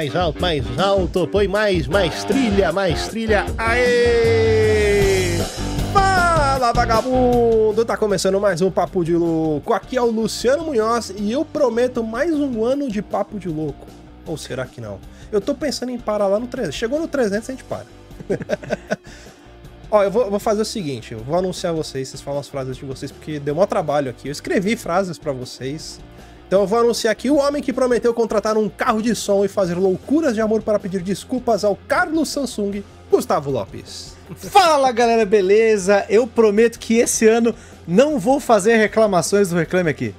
mais alto, põe mais trilha, aê! Fala, vagabundo! Tá começando mais um Papo de Louco, aqui é o Luciano Munhoz e eu prometo mais um ano de Papo de Louco. Ou será que não? Eu tô pensando em parar lá no 300, chegou no 300 a gente para. Ó, eu vou fazer o seguinte, eu vou anunciar vocês falam as frases de vocês, porque deu maior trabalho aqui, eu escrevi frases pra vocês. Então eu vou anunciar aqui o homem que prometeu contratar um carro de som e fazer loucuras de amor para pedir desculpas ao Carlos Samsung, Gustavo Lopes. Fala galera, beleza? Eu prometo que esse ano não vou fazer reclamações do Reclame Aqui.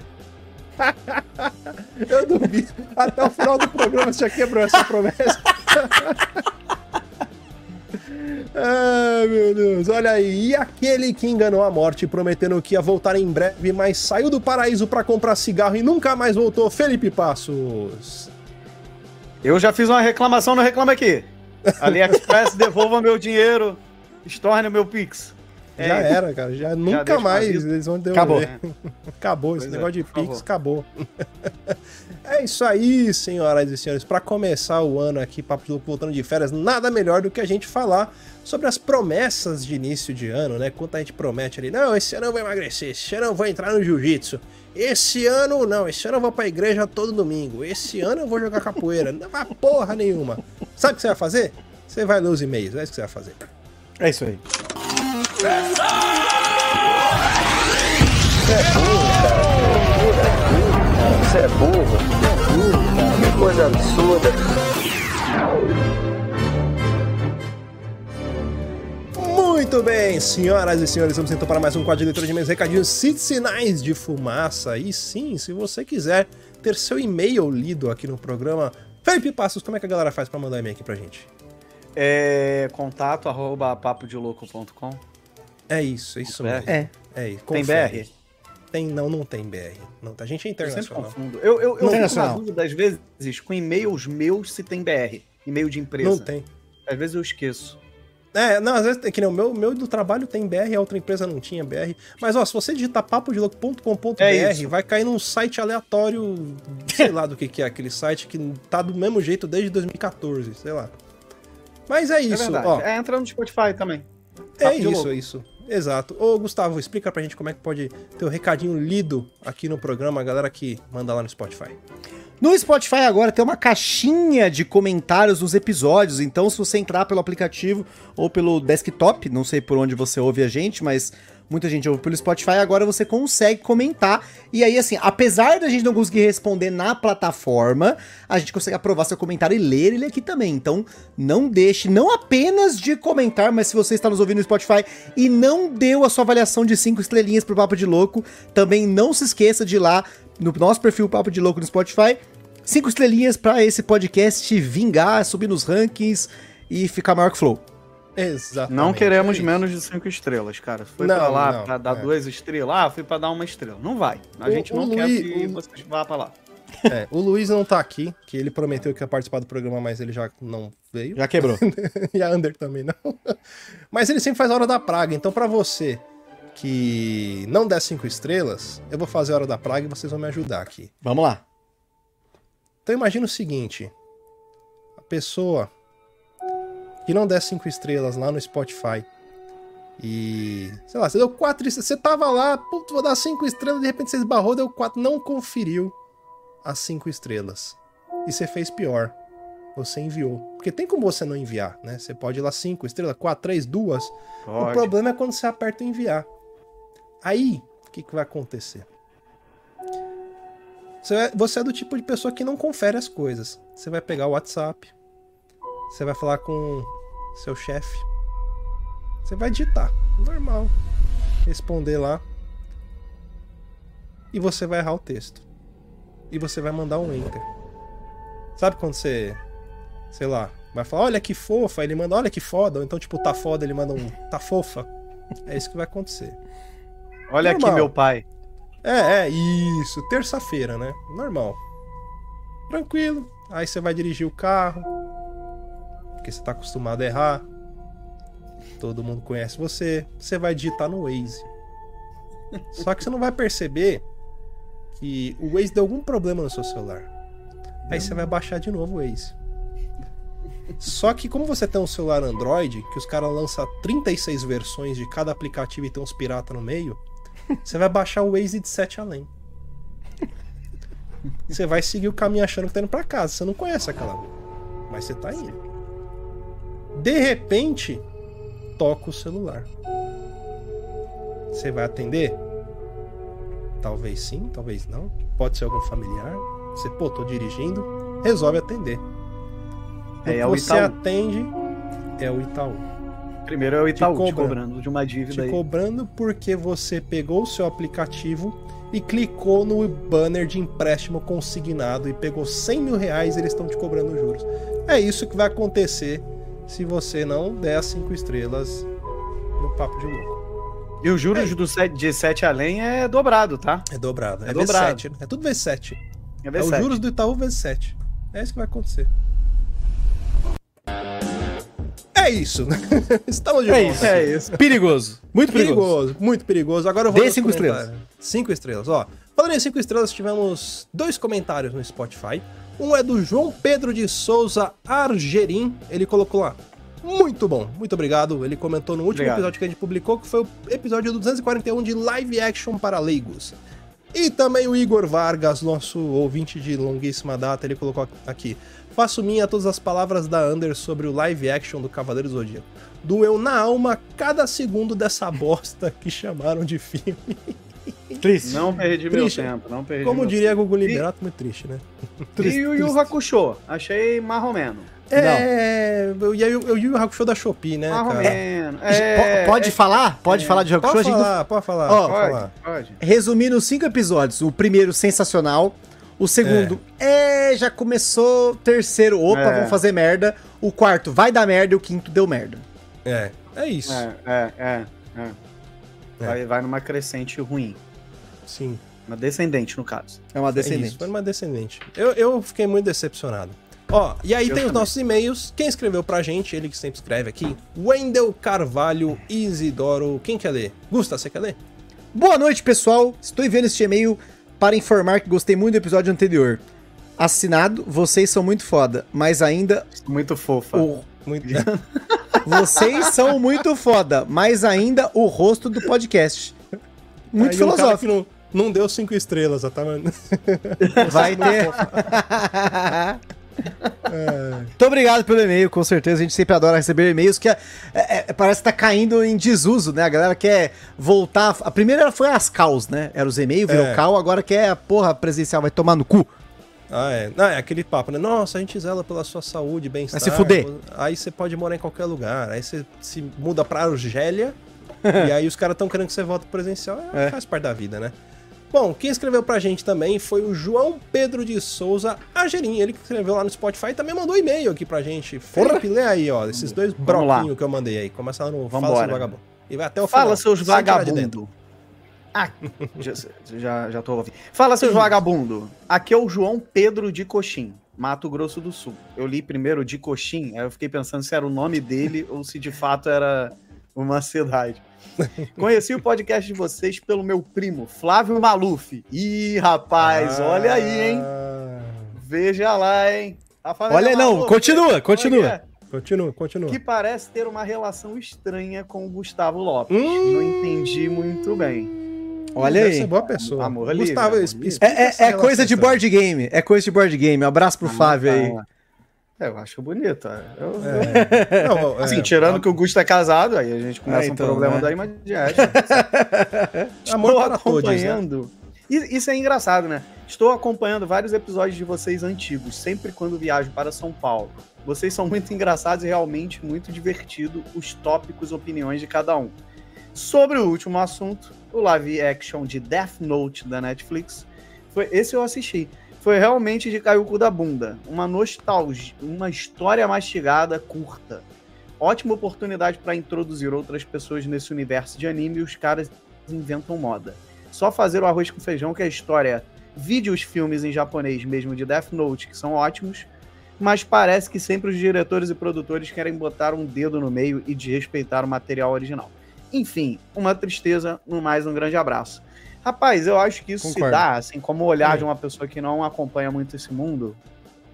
Eu duvido, até o final do programa você já quebrou essa promessa. Ai, meu Deus, olha aí, e aquele que enganou a morte prometendo que ia voltar em breve, mas saiu do paraíso pra comprar cigarro e nunca mais voltou, Felipe Passos. Eu já fiz uma reclamação no Reclame Aqui. AliExpress, devolva meu dinheiro, estorne meu Pix. Já era, cara, já nunca mais eles vão devolver. Acabou, esse negócio de Pix acabou. É isso aí, senhoras e senhores, pra começar o ano aqui, Papo de Louco voltando de férias, nada melhor do que a gente falar sobre as promessas de início de ano, né? Quanto a gente promete ali, não, esse ano eu vou emagrecer, esse ano eu vou entrar no jiu-jitsu, esse ano não, esse ano eu vou pra igreja todo domingo, esse ano eu vou jogar capoeira, não vai porra nenhuma. Sabe o que você vai fazer? Você vai ler os e-mails, é isso que você vai fazer. É isso aí. Você é burro, cara. Que coisa absurda. Muito bem, senhoras e senhores, vamos então para mais um quadro de leitura de e-mails, recadinhos, sinais de fumaça. E sim, se você quiser ter seu e-mail lido aqui no programa, Felipe Passos, como é que a galera faz para mandar e-mail aqui pra gente? Contato@papodelouco.com. É isso mesmo. É isso. Tem BR? Não tem BR. Não, a gente é internacional. Eu sempre confundo. Eu fico na dúvida, às vezes, com e-mails meus se tem BR. E-mail de empresa. Não tem. Às vezes eu esqueço. Não, às vezes tem que nem o meu do trabalho tem BR, a outra empresa não tinha BR. Mas, ó, se você digitar papodelouco.com.br, vai cair num site aleatório, sei lá do que é aquele site, que tá do mesmo jeito desde 2014, sei lá. Mas é isso, ó. Entra no Spotify também. É isso. Exato. Ô, Gustavo, explica pra gente como é que pode ter o recadinho lido aqui no programa, a galera que manda lá no Spotify. No Spotify agora tem uma caixinha de comentários nos episódios, então se você entrar pelo aplicativo ou pelo desktop, não sei por onde você ouve a gente, mas muita gente ouve pelo Spotify, agora você consegue comentar, e aí assim, apesar da gente não conseguir responder na plataforma, a gente consegue aprovar seu comentário e ler ele aqui também, então não deixe, não apenas de comentar, mas se você está nos ouvindo no Spotify e não deu a sua avaliação de 5 estrelinhas pro Papo de Louco, também não se esqueça de ir lá no nosso perfil Papo de Louco no Spotify, 5 estrelinhas pra esse podcast vingar, subir nos rankings e ficar maior que Flow. Exatamente. Não queremos menos de 5 estrelas, cara. Foi pra lá pra dar 2 estrelas, foi pra dar 1 estrela. Não vai. A gente não quer que vocês vá pra lá. O Luiz não tá aqui, que ele prometeu que ia participar do programa, mas ele já não veio. Já quebrou. E a Ander também não. Mas ele sempre faz a Hora da Praga, então pra você que não der 5 estrelas, eu vou fazer a Hora da Praga e vocês vão me ajudar aqui. Vamos lá. Então imagina o seguinte, a pessoa que não der 5 estrelas lá no Spotify e, sei lá, você deu 4 estrelas, você tava lá, putz, vou dar 5 estrelas, de repente você esbarrou, deu 4, não conferiu as 5 estrelas. E você fez pior, você enviou. Porque tem como você não enviar, né? Você pode ir lá 5 estrelas, 4, 3, 2. O problema é quando você aperta enviar. Aí, o que vai acontecer? Você é do tipo de pessoa que não confere as coisas. Você vai pegar o WhatsApp, você vai falar com seu chefe, você vai digitar, normal, responder lá, e você vai errar o texto. E você vai mandar um enter. Sabe quando você, sei lá, vai falar, olha que fofa, ele manda, olha que foda, ou então tipo, tá foda, ele manda um, tá fofa. É isso que vai acontecer. Olha normal. Aqui meu pai. Isso, terça-feira, né? Normal. Tranquilo. Aí você vai dirigir o carro, porque você tá acostumado a errar. Todo mundo conhece você. Você vai digitar no Waze. Só que você não vai perceber que o Waze deu algum problema no seu celular. Aí você vai baixar de novo o Waze. Só que como você tem um celular Android, que os caras lançam 36 versões de cada aplicativo e tem uns pirata no meio, você vai baixar o Waze de 7 além. Você vai seguir o caminho achando que tá indo pra casa. Você não conhece aquela rua, mas você tá indo. De repente, toca o celular. Você vai atender? Talvez sim, talvez não. Pode ser algum familiar. Você, tô dirigindo, resolve atender. O você Itaú. atende, é o Itaú. Primeiro é o Itaú te cobrando de uma dívida aí. Te cobrando porque você pegou o seu aplicativo e clicou no banner de empréstimo consignado e pegou 100 mil reais e eles estão te cobrando juros. É isso que vai acontecer se você não der as 5 estrelas no Papo de Louco. E os juros de 7 além é dobrado, tá? É dobrado. É dobrado. V7. É tudo V7. É V7. É os juros do Itaú vezes 7. É isso que vai acontecer. É isso. Estamos de volta. É isso. Perigoso. Muito perigoso. Muito perigoso. Agora eu vou... Dê 5 estrelas. 5 estrelas, ó. Falando em 5 estrelas, tivemos 2 comentários no Spotify. Um é do João Pedro de Souza Argerim. Ele colocou lá: muito bom, muito obrigado. Ele comentou no último episódio que a gente publicou, que foi o episódio 241 de live action para leigos. E também o Igor Vargas, nosso ouvinte de longuíssima data, ele colocou aqui: faço minha todas as palavras da Under sobre o live action do Cavaleiro do Zodíaco. Doeu na alma cada segundo dessa bosta que chamaram de filme. Triste. Não perdi triste. Meu tempo, não perdi. Como diria Gugu Liberato, muito triste, né? Triste, e o Yu Hakusho? Achei marromeno. O Yu Hakusho da Shopee, né, marromeno. Pode falar? Pode falar de Hakusho? Pode falar. Pode. Resumindo os 5 episódios. O primeiro, sensacional. O segundo, já começou. Terceiro, vamos fazer merda. O quarto, vai dar merda. E o quinto, deu merda. É isso. Vai numa crescente ruim. Sim. Uma descendente, no caso. É uma descendente. Isso, foi uma descendente. Eu fiquei muito decepcionado. Ó, e aí tem os nossos e-mails. Quem escreveu pra gente, ele que sempre escreve aqui: Wendel Carvalho Isidoro. Quem quer ler? Gusta, você quer ler? Boa noite, pessoal. Estou enviando este e-mail para informar que gostei muito do episódio anterior. Assinado, vocês são muito foda, mas ainda... Muito fofa. Vocês são muito foda, mas ainda o rosto do podcast. Muito filosófico. Um não deu 5 estrelas, tá, mano? Vai ter... Muito obrigado pelo e-mail, com certeza. A gente sempre adora receber e-mails que parece que tá caindo em desuso, né? A galera quer voltar. A primeira foi as caus, né? Era os e-mails, virou cal, agora quer presencial, vai tomar no cu. Não, é aquele papo, né? Nossa, a gente zela pela sua saúde, bem-estar. Vai se fuder. Aí você pode morar em qualquer lugar. Aí você se muda pra Argélia e aí os caras estão querendo que você volte presencial. Faz parte da vida, né? Bom, quem escreveu pra gente também foi o João Pedro de Souza Argerim. Ele que escreveu lá no Spotify e também mandou e-mail aqui pra gente. Felipe, lê aí, ó, esses 2 broquinhos que eu mandei aí. Começa lá no Fala Seus Vagabundo. E vai até o final. Fala, seus vagabundo. Já tô ouvindo. Fala, seus vagabundo. Aqui é o João Pedro de Coxim, Mato Grosso do Sul. Eu li primeiro de Coxim, aí eu fiquei pensando se era o nome dele ou se de fato era uma cidade. Conheci o podcast de vocês pelo meu primo, Flávio Maluf. Ih, rapaz, olha aí, hein? Veja lá, hein? Olha, não, continua. Continua. Que parece ter uma relação estranha com o Gustavo Lopes. Não entendi muito bem. Olha aí. Deve ser boa pessoa. Amor Gustavo, é coisa de board game. É coisa de board game. Um abraço pro Flávio aí. Eu acho bonito. Assim, tirando que o Gusto é casado, aí a gente começa um problema da imagem. Estou acompanhando. Isso é engraçado, né? Estou acompanhando vários episódios de vocês antigos, sempre quando viajo para São Paulo. Vocês são muito engraçados e realmente muito divertido os tópicos e opiniões de cada um. Sobre o último assunto, o live action de Death Note da Netflix, esse eu assisti. Foi realmente de cair o cu da bunda. Uma nostalgia, uma história mastigada, curta. Ótima oportunidade para introduzir outras pessoas nesse universo de anime e os caras inventam moda. Só fazer o arroz com feijão que a história vide os filmes em japonês mesmo de Death Note, que são ótimos, mas parece que sempre os diretores e produtores querem botar um dedo no meio e desrespeitar o material original. Enfim, uma tristeza, no mais um grande abraço. Rapaz, eu acho que isso se dá, assim, como o olhar de uma pessoa que não acompanha muito esse mundo,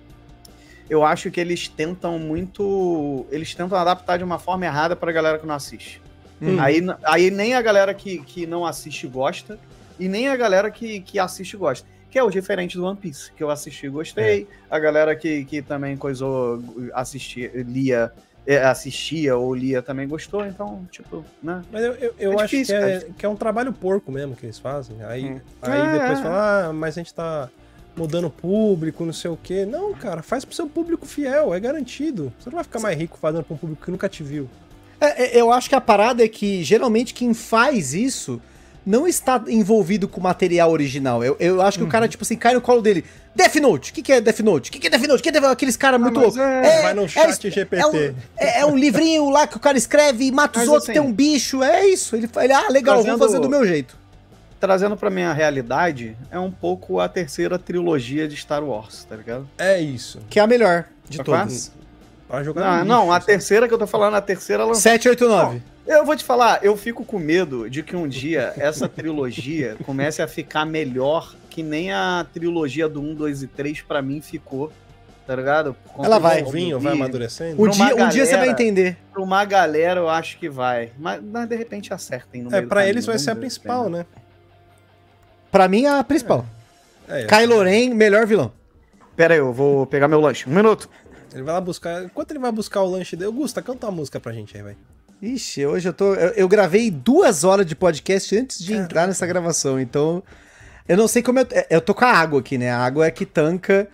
eu acho que eles tentam adaptar de uma forma errada pra galera que não assiste. Aí nem a galera que não assiste gosta, e nem a galera que assiste gosta. Que é o diferente do One Piece, que eu assisti e gostei. A galera que também assistia ou lia também gostou, então, tipo, né? Mas eu acho difícil, que é um trabalho porco mesmo que eles fazem. Aí depois falam, mas a gente tá mudando o público, não sei o quê. Não, cara, faz pro seu público fiel, é garantido. Você não vai ficar mais rico fazendo pra um público que nunca te viu. Eu acho que a parada é que, geralmente, quem faz isso não está envolvido com o material original. Eu acho que o cara, tipo assim, cai no colo dele. Death Note! O que é Death Note? O que é Death Note? Aqueles caras muito loucos. Vai no chat GPT. É um livrinho lá que o cara escreve e mata os outros, assim, tem um bicho. É isso. Ele legal, vou fazer do meu jeito. Trazendo pra minha realidade, é um pouco a terceira trilogia de Star Wars, tá ligado? É isso. Que é a melhor de todas. Pra jogar não, a terceira que eu tô falando, a terceira... 7, 8, 9. Eu vou te falar, eu fico com medo de que um dia essa trilogia comece a ficar melhor que nem a trilogia do 1, 2 e 3 pra mim ficou, tá ligado? Ela vai. Vai amadurecendo. Um dia você vai entender. Pra uma galera eu acho que vai. Mas de repente acertem no meio pra eles vai ser a principal, né? Pra mim, a principal. Kylo Ren, melhor vilão. Pera aí, eu vou pegar meu lanche. 1 minuto. Ele vai lá buscar... Enquanto ele vai buscar o lanche dele... Gusta, canta uma música pra gente aí, vai. Ixi, hoje eu gravei 2 horas de podcast antes de entrar nessa gravação, então eu não sei como eu tô com a água aqui, né? A água é que tanca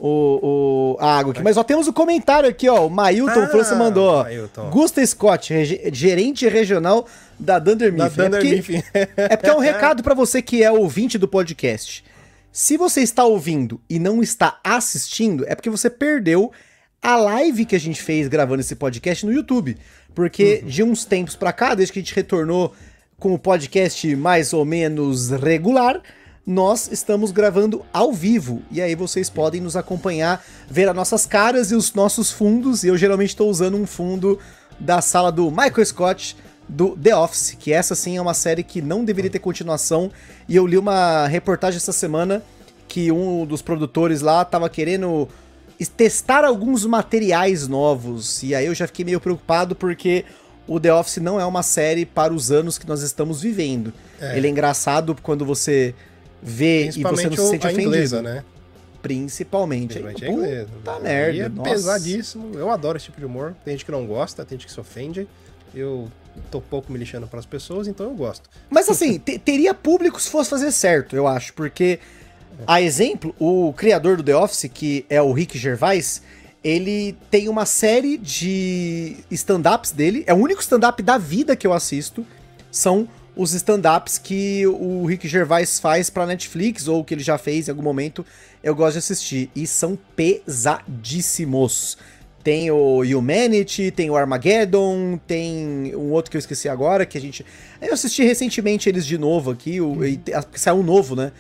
a água aqui. Mas ó, temos o comentário aqui, ó. O Mailton França mandou, ó. Gusta Scott, gerente regional da Dunder Mifflin. É porque é um recado pra você que é ouvinte do podcast. Se você está ouvindo e não está assistindo, é porque você perdeu a live que a gente fez gravando esse podcast no YouTube. Porque de uns tempos pra cá, desde que a gente retornou com o podcast mais ou menos regular, nós estamos gravando ao vivo. E aí vocês podem nos acompanhar, ver as nossas caras e os nossos fundos. E eu geralmente estou usando um fundo da sala do Michael Scott, do The Office, que essa sim é uma série que não deveria ter continuação. E eu li uma reportagem essa semana que um dos produtores lá estava querendo testar alguns materiais novos, e aí eu já fiquei meio preocupado porque o The Office não é uma série para os anos que nós estamos vivendo. Ele é engraçado quando você vê e você não se sente ofendido. Inglesa, né? Principalmente. É inglesa. Tá merda. É pesadíssimo. Eu adoro esse tipo de humor. Tem gente que não gosta, tem gente que se ofende. Eu tô pouco me lixando pras pessoas, então eu gosto. Mas assim, teria público se fosse fazer certo, eu acho, porque... A exemplo, o criador do The Office, que é o Rick Gervais, ele tem uma série de stand-ups dele, é o único stand-up da vida que eu assisto, são os stand-ups que o Rick Gervais faz pra Netflix, ou que ele já fez em algum momento, eu gosto de assistir, e são pesadíssimos. Tem o Humanity, tem o Armageddon, tem um outro que eu esqueci agora, que eu assisti recentemente eles de novo aqui, saiu um novo, né?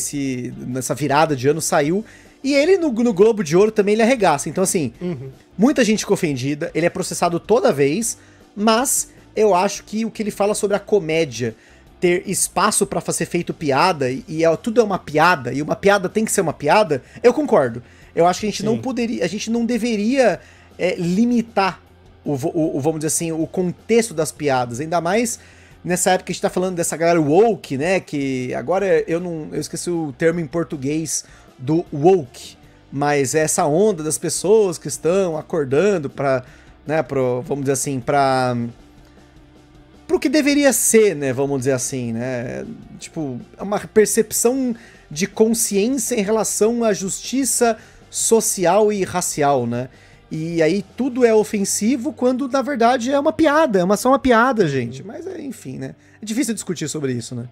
Nessa virada de ano saiu. E ele no Globo de Ouro também ele arregaça. Então assim, muita gente ficou ofendida. Ele é processado toda vez. Mas eu acho que o que ele fala sobre a comédia ter espaço pra ser feito piada, tudo é uma piada, e uma piada tem que ser uma piada, eu concordo. Eu acho que a gente não deveria limitar vamos dizer assim, o contexto das piadas, ainda mais nessa época que a gente tá falando dessa galera woke, né, que agora eu esqueci o termo em português do woke, mas é essa onda das pessoas que estão acordando pra, né, vamos dizer assim, pro que deveria ser, né, vamos dizer assim, né, tipo, é uma percepção de consciência em relação à justiça social e racial, né, e aí tudo é ofensivo quando na verdade é uma piada, só uma piada, gente, mas enfim, né, é difícil discutir sobre isso, né.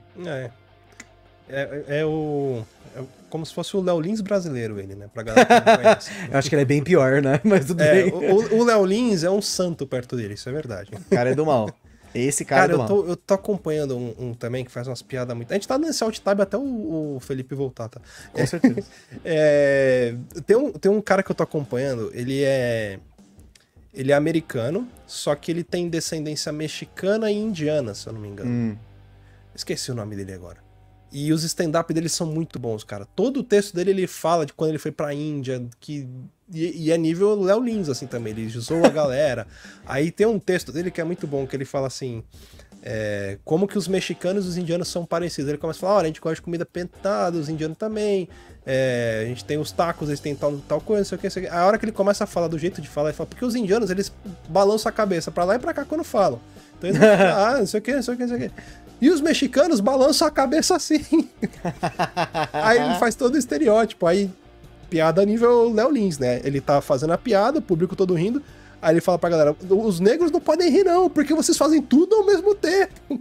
É como se fosse o Léo Lins brasileiro, ele, né? Pra galera que não conhece. Eu acho que ele é bem pior, né? Mas tudo bem. O Léo Lins é um santo perto dele, isso é verdade. O cara é do mal. Esse cara é do mal. Eu tô acompanhando um também que faz umas piadas muito... A gente tá nesse alt-tab até o Felipe voltar, tá? Com certeza. Tem um cara que eu tô acompanhando, ele é americano, só que ele tem descendência mexicana e indiana, se eu não me engano. Esqueci o nome dele agora. E os stand-up dele são muito bons, cara. Todo o texto dele, ele fala de quando ele foi pra Índia, e é nível Léo Lins, assim, também. Ele zoou a galera. Aí tem um texto dele que é muito bom, que ele fala assim... como que os mexicanos e os indianos são parecidos. Ele começa a falar, olha, a gente gosta de comida pentada, os indianos também, a gente tem os tacos, eles têm tal coisa, não sei o que, não sei o que. A hora que ele começa a falar do jeito de falar, ele fala, porque os indianos, eles balançam a cabeça pra lá e pra cá quando falam. Então eles falam, não sei o que, não sei o que, não sei o que. E os mexicanos balançam a cabeça assim. Aí ele faz todo o estereótipo, aí piada nível Léo Lins, né? Ele tá fazendo a piada, o público todo rindo. Aí ele fala pra galera, os negros não podem rir não, porque vocês fazem tudo ao mesmo tempo.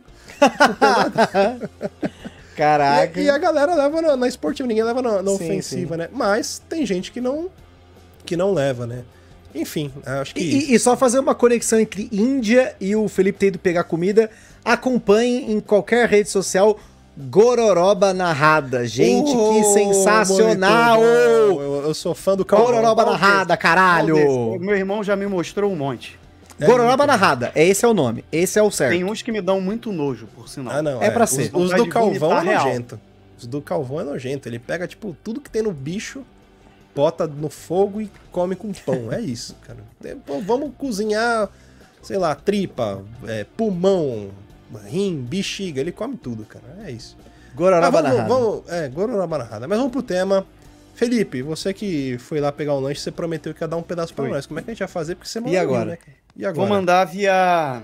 Caraca. E a galera leva na esportiva, ninguém leva na ofensiva, né? Mas tem gente que não leva, né? Enfim, acho que... E só fazer uma conexão entre Índia e o Felipe ter ido pegar comida, acompanhe em qualquer rede social Gororoba Narrada. Gente, que sensacional! Eu sou fã do Calvão. Gororoba Narrada, caralho! Meu irmão já me mostrou um monte. Gororoba Narrada, esse é o nome, esse é o certo. Tem uns que me dão muito nojo, por sinal. Ah, não, é pra ser. Os do Calvão é nojento. Os do Calvão é nojento. Ele pega, tipo, tudo que tem no bicho, bota no fogo e come com pão. É isso, cara. Vamos cozinhar, sei lá, tripa, pulmão, rim, bexiga, ele come tudo, cara. É isso. Gororoba Narrada. Gororoba Narrada. Mas vamos pro tema. Felipe, você que foi lá pegar o lanche, você prometeu que ia dar um pedaço pra nós. Como é que a gente vai fazer? Porque você mandou. E agora? Né? E agora? Vou mandar via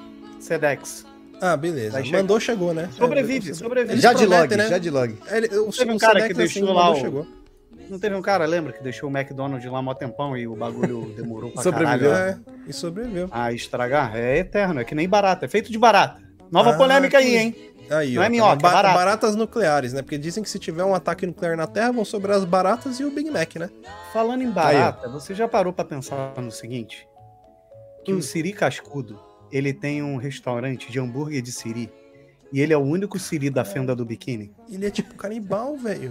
Sedex. Ah, beleza. Mandou, chegou, né? Sobrevive. Já de log, né? Já de log. Teve um cara que deixou lá chegou. Não teve um cara, lembra, que deixou o McDonald's lá há mó tempão e o bagulho demorou pra sobreviveu. caralho. E sobreviveu. Ah, estragar? É eterno, é que nem barata. É feito de barata. Nova polêmica aí, hein? Aí, não é minhoca, é barata. Baratas nucleares, né? Porque dizem que se tiver um ataque nuclear na Terra, vão sobrar as baratas e o Big Mac, né? Falando em barata, você já parou pra pensar no seguinte? Que o Siri Cascudo, ele tem um restaurante de hambúrguer de Siri. E ele é o único Siri da fenda do biquíni. Ele é tipo canibal, velho.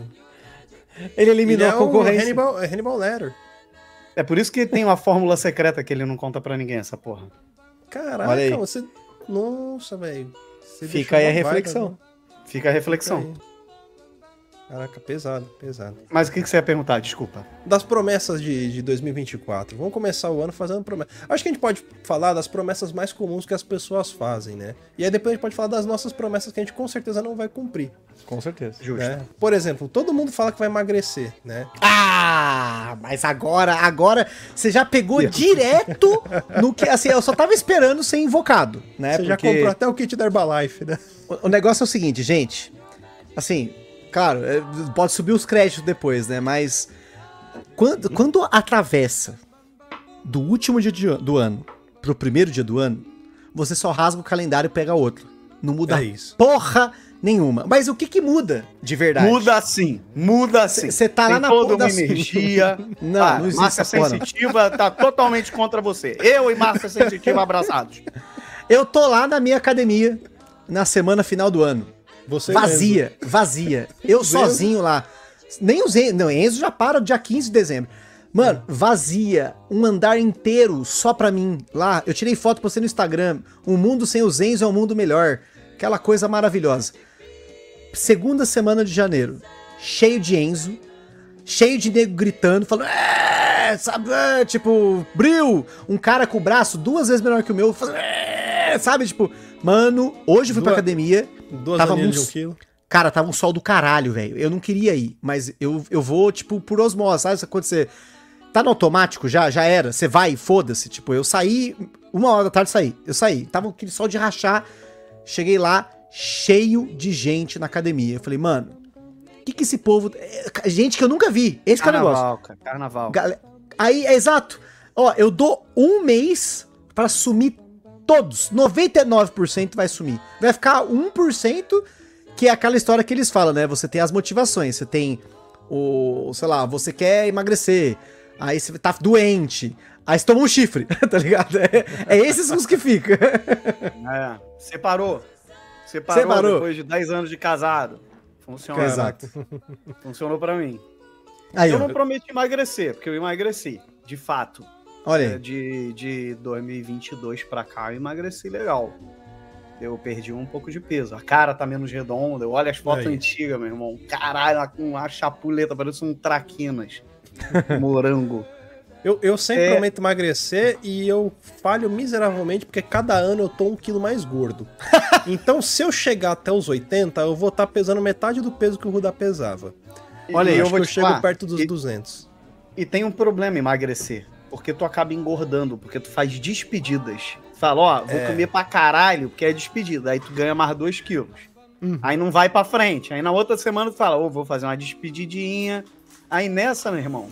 Ele eliminou a concorrência. Hannibal Lecter. É por isso que tem uma fórmula secreta que ele não conta pra ninguém, essa porra. Caraca, você... Nossa, velho. Fica aí a reflexão. Fica a reflexão. Caraca, pesado. Mas o que você ia perguntar? Desculpa. Das promessas de 2024. Vamos começar o ano fazendo promessas. Acho que a gente pode falar das promessas mais comuns que as pessoas fazem, né? E aí depois a gente pode falar das nossas promessas que a gente com certeza não vai cumprir. Com certeza. Justo. Né? Por exemplo, todo mundo fala que vai emagrecer, né? Ah, mas agora você já pegou direto no que... Assim, eu só tava esperando ser invocado, né? Você já comprou até o kit da Herbalife, né? O negócio é o seguinte, gente. Assim... Claro, pode subir os créditos depois, né? Mas quando atravessa do último dia do ano pro primeiro dia do ano, você só rasga o calendário e pega outro. Não muda porra nenhuma. Mas o que muda de verdade? Muda sim. Você tá lá na toda uma energia. Não existe Marca Sensitiva tá totalmente contra você. Eu e Marca Sensitiva abraçados. Eu tô lá na minha academia na semana final do ano. Você vazia. Eu sozinho lá. Nem o Enzo. Não, Enzo já para dia 15 de dezembro. Mano, vazia. Um andar inteiro só pra mim. Lá, eu tirei foto pra você no Instagram. Um mundo sem os Enzo é um mundo melhor. Aquela coisa maravilhosa. Segunda semana de janeiro. Cheio de Enzo. Cheio de nego gritando, falando... sabe? Tipo, Bril. Um cara com o braço 2 vezes menor que o meu. Falando, sabe? Tipo... Mano, hoje eu fui pra academia. 2 aninhas de 1 quilo. Cara, tava um sol do caralho, velho. Eu não queria ir, mas eu vou, tipo, por osmose, sabe? Quando você tá no automático, já era. Você vai, foda-se. Tipo, eu saí, 1h da tarde eu saí. Tava aquele sol de rachar. Cheguei lá, cheio de gente na academia. Eu falei, mano, o que esse povo... Gente que eu nunca vi. Esse que é o negócio. Carnaval. Aí, exato. Ó, eu dou 1 mês pra sumir todos, 99% vai sumir. Vai ficar 1%, que é aquela história que eles falam, né? Você tem as motivações, você tem sei lá, você quer emagrecer, aí você tá doente, aí você toma um chifre, tá ligado? É esses os que ficam. Separou depois de 10 anos de casado. Funciona. Exato. Funcionou pra mim. Aí, eu não prometi emagrecer, porque eu emagreci, de fato. Olha aí. De 2022 pra cá, eu emagreci legal. Eu perdi um pouco de peso. A cara tá menos redonda. Eu olho as fotos antigas, meu irmão. Caralho, uma chapuleta, parece um traquinas. Morango. Eu sempre prometo emagrecer e eu falho miseravelmente porque cada ano eu tô 1 quilo mais gordo. Então, se eu chegar até os 80, eu vou estar pesando metade do peso que o Rudá pesava. Olha aí, eu chego perto dos 200. E tem um problema emagrecer. Porque tu acaba engordando, porque tu faz despedidas. Fala, ó, vou comer pra caralho, porque é despedida. Aí tu ganha mais 2 quilos. Aí não vai pra frente. Aí na outra semana tu fala, vou fazer uma despedidinha. Aí nessa, meu irmão...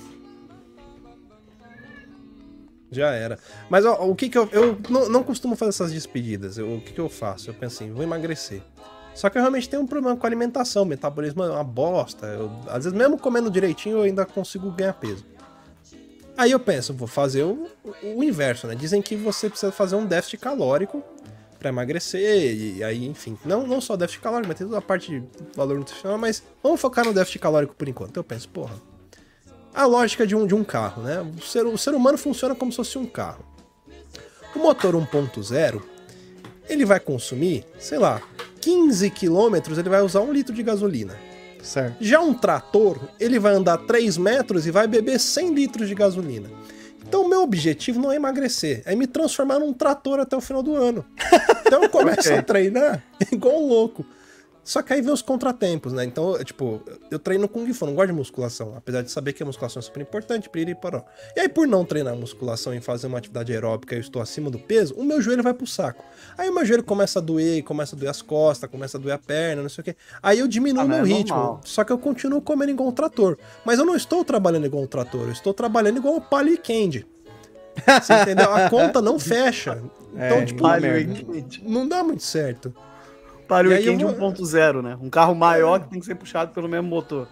Já era. Mas ó, o que eu não costumo fazer essas despedidas. O que eu faço? Eu penso assim, vou emagrecer. Só que eu realmente tenho um problema com a alimentação. O metabolismo é uma bosta. Às vezes, mesmo comendo direitinho, eu ainda consigo ganhar peso. Aí eu penso, vou fazer o inverso, né? Dizem que você precisa fazer um déficit calórico pra emagrecer. E aí, enfim, não só déficit calórico, mas tem toda a parte de valor nutricional. Mas vamos focar no déficit calórico por enquanto. Eu penso, porra, a lógica de um carro, né? O ser humano funciona como se fosse um carro. O motor 1.0, ele vai consumir, sei lá, 15 quilômetros, ele vai usar 1 litro de gasolina. Certo. Já um trator, ele vai andar 3 metros e vai beber 100 litros de gasolina. Então o meu objetivo não é emagrecer, é me transformar num trator até o final do ano. Então eu começo a treinar igual um louco. Só que aí vem os contratempos, né? Então, tipo, eu treino Kung Fu, não gosto de musculação. Apesar de saber que a musculação é super importante, piriri-poró. E aí, por não treinar musculação e fazer uma atividade aeróbica e eu estou acima do peso, o meu joelho vai pro saco. Aí o meu joelho começa a doer as costas, começa a doer a perna, não sei o quê. Aí eu diminuo meu ritmo. Normal. Só que eu continuo comendo igual um trator. Mas eu não estou trabalhando igual um trator, eu estou trabalhando igual um palio e candy. Você entendeu? A conta não fecha. Então, tipo, não dá muito certo. Palio e candy 1.0, né? Um carro maior que tem que ser puxado pelo mesmo motor.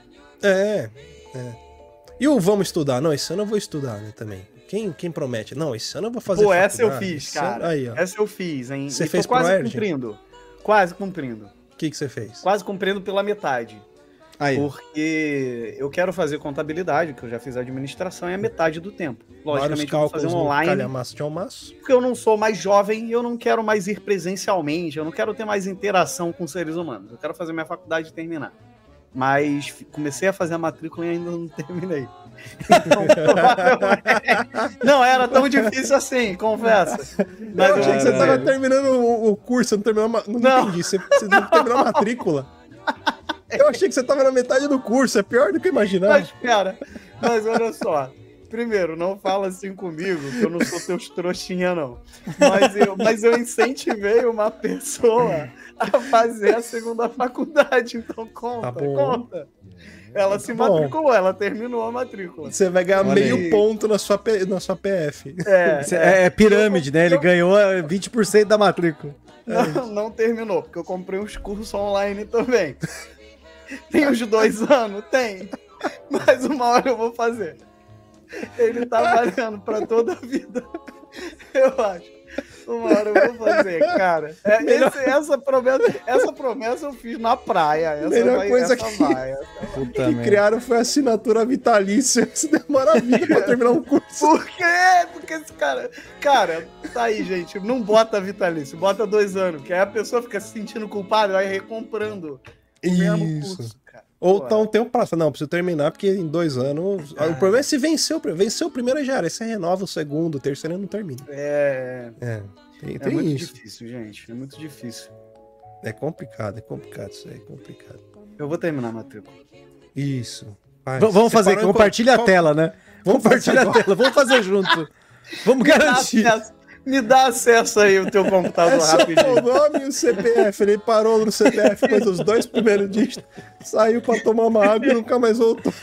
E o vamos estudar? Não, esse ano eu vou estudar, né, também. Quem promete? Não, esse ano eu vou fazer faculdade. Essa eu fiz, cara. Aí, ó. Essa eu fiz, hein? Você fez quase cumprindo. Quase cumprindo. O que você fez? Quase cumprindo pela metade. Aí. Porque eu quero fazer contabilidade, que eu já fiz administração, é a metade do tempo. Logicamente, eu vou fazer um online. Porque eu não sou mais jovem e eu não quero mais ir presencialmente, eu não quero ter mais interação com seres humanos. Eu quero fazer minha faculdade e terminar. Mas comecei a fazer a matrícula e ainda não terminei. Então, não era tão difícil assim, confesso. Mas eu achei que você estava terminando o curso, não terminou não entendi. Você não terminou a matrícula? Eu achei que você tava na metade do curso, é pior do que eu imaginava. Mas olha só. Primeiro, não fala assim comigo, que eu não sou teus trouxinha, não. Mas eu incentivei uma pessoa a fazer a segunda faculdade, então conta. Ela se matriculou, ela terminou a matrícula. Você vai ganhar meio ponto na sua PF. É pirâmide, né? Ele ganhou 20% da matrícula. Não terminou, porque eu comprei uns cursos online também. Tem os 2 anos? Tem. Mas uma hora eu vou fazer. Ele tá valendo pra toda a vida. Eu acho. Uma hora eu vou fazer, cara. Essa promessa eu fiz na praia. Melhor coisa que criaram foi a assinatura vitalícia. Isso demora a vida pra terminar um curso. Por quê? Porque esse cara... Cara, tá aí, gente. Não bota vitalício, bota 2 anos. Que aí a pessoa fica se sentindo culpada e vai recomprando o mesmo curso, cara. Ou então tem um prazo. Não, preciso terminar, porque em 2 anos... O problema é se venceu o primeiro já era. Aí você renova o segundo, o terceiro não termina. Tem muito isso. Difícil, gente. É muito difícil. É complicado isso aí, é complicado. Eu vou terminar a matrícula. Isso. Vamos fazer, compartilha a tela, né? Compartilha a tela, vamos fazer junto. Vamos garantir. Me dá acesso aí o teu computador rapidinho. O nome e o CPF. Ele parou no CPF, fez os 2 primeiros dígitos, saiu pra tomar uma água e nunca mais voltou.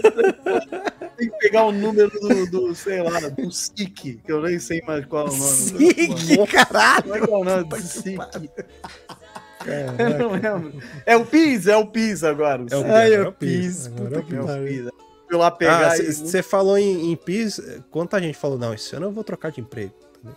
Tem que pegar o número do sei lá, do SIC, que eu nem sei mais qual é o nome. SIC, caralho! Como é que é o nome do SIC? Eu não lembro. É o PIS agora. É o PIS. Puta que pariu. Fui lá pegar Você falou em PIS, quanta gente falou, não, esse ano eu vou trocar de emprego.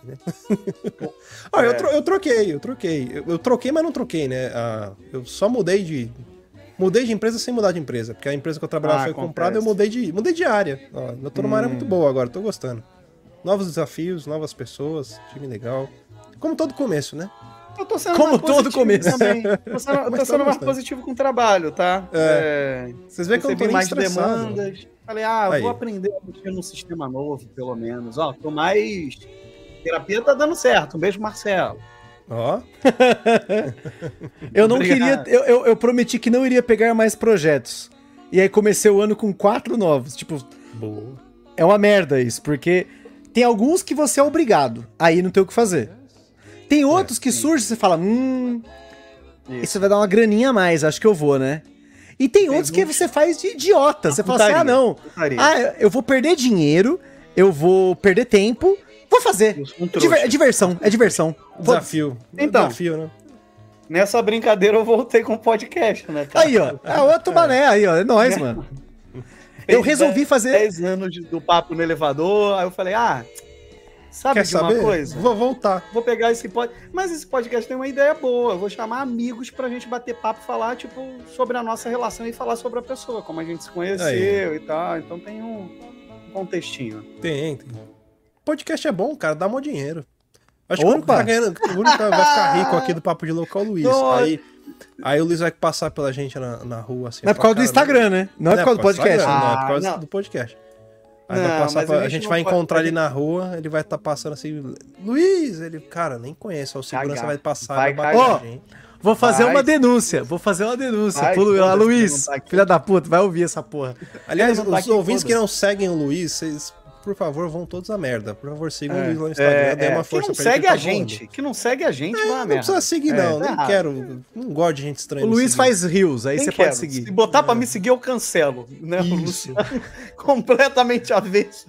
Eu troquei. Eu troquei, mas não troquei, né? Eu só mudei de empresa sem mudar de empresa, porque a empresa que eu trabalhava foi comprada, eu mudei de área. Eu tô numa área muito boa agora, tô gostando. Novos desafios, novas pessoas, time legal. Como todo começo, né? Eu tô sendo como todo começo também. Tô sendo mais positivo com o trabalho, tá? Vocês veem que eu tô mais demandas. Falei, vou aprender a mexer num sistema novo, pelo menos. Ó, tô mais... Terapia tá dando certo. Um beijo, Marcelo. Ó. Eu não queria... Eu prometi que não iria pegar mais projetos. E aí comecei o ano com 4 novos. Tipo, boa. É uma merda isso, porque tem alguns que você é obrigado. Aí não tem o que fazer. Tem outros que surgem e você fala, isso vai dar uma graninha a mais, acho que eu vou, né? E tem outros que você faz de idiota. Você fala assim, não. Eu vou perder dinheiro, eu vou perder tempo, vou fazer. É diversão. Desafio. Então, desafio, né? Nessa brincadeira eu voltei com o podcast, né, cara? Aí, ó. É outro mané aí, ó. É nóis, mano. Eu resolvi fazer... 10 anos do papo no elevador, aí eu falei, sabe de uma coisa? Vou voltar. Vou pegar esse podcast. Mas esse podcast tem uma ideia boa. Eu vou chamar amigos pra gente bater papo, falar, tipo, sobre a nossa relação e falar sobre a pessoa, como a gente se conheceu e tal. Então tem um contextinho. Tem. Podcast é bom, cara. Dá mó dinheiro. Acho que o único que vai ficar rico aqui do Papo de Louco é o Luiz. Aí o Luiz vai passar pela gente na rua, assim. Não é por causa do Instagram, né? Não é por causa do podcast. Não, é por causa do podcast. Aí vai passar a gente vai encontrar ele na rua, ele vai estar passando assim, Luiz, ele, cara, nem conhece, o segurança vai passar, vai bater a gente. Vou fazer uma denúncia. Pro Luiz, filha da puta, vai ouvir essa porra. Aliás, os ouvintes que não seguem o Luiz, vocês, por favor, vão todos a merda. Por favor, sigam o Luiz lá no Instagram, dê uma força pra ele. Que não segue a gente, vai a merda. Não precisa seguir, não. Nem quero. Não gosto de gente estranha. O Luiz faz rios, aí você pode seguir. Se botar pra me seguir, eu cancelo. Né? Isso. Completamente avesso.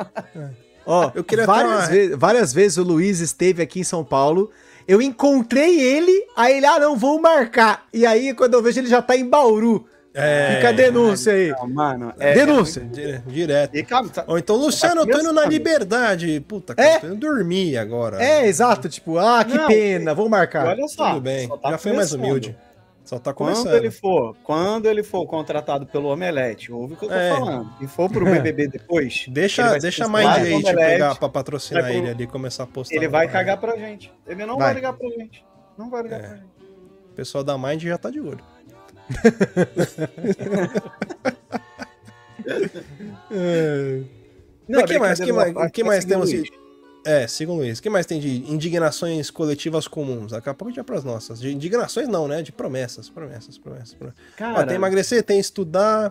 Ó, eu queria várias vezes o Luiz esteve aqui em São Paulo. Eu encontrei ele, aí ele, não, vou marcar. E aí, quando eu vejo, ele já tá em Bauru. Fica a denúncia aí. Não, mano, denúncia. Direto. Ou então, Luciano, eu tô indo na Liberdade. Puta, cara, eu tô indo dormir agora. Exato. Tipo, que pena, vou marcar. Olha só. Tudo bem, já foi mais humilde. Só tá começando. Quando ele for contratado pelo Omelete, ouve o que eu tô falando, e for pro BBB depois... Deixa a Mind Age pegar pra patrocinar ele ali e começar a postar. Ele vai cagar pra gente. Ele não vai ligar pra gente. Não vai ligar pra gente. O pessoal da Mind já tá de olho. O que mais temos? Sigam o Luiz. O que mais tem de indignações coletivas comuns? Daqui a pouco a gente vai pras nossas. De indignações não, né? De promessas. Cara, tem emagrecer, tem estudar.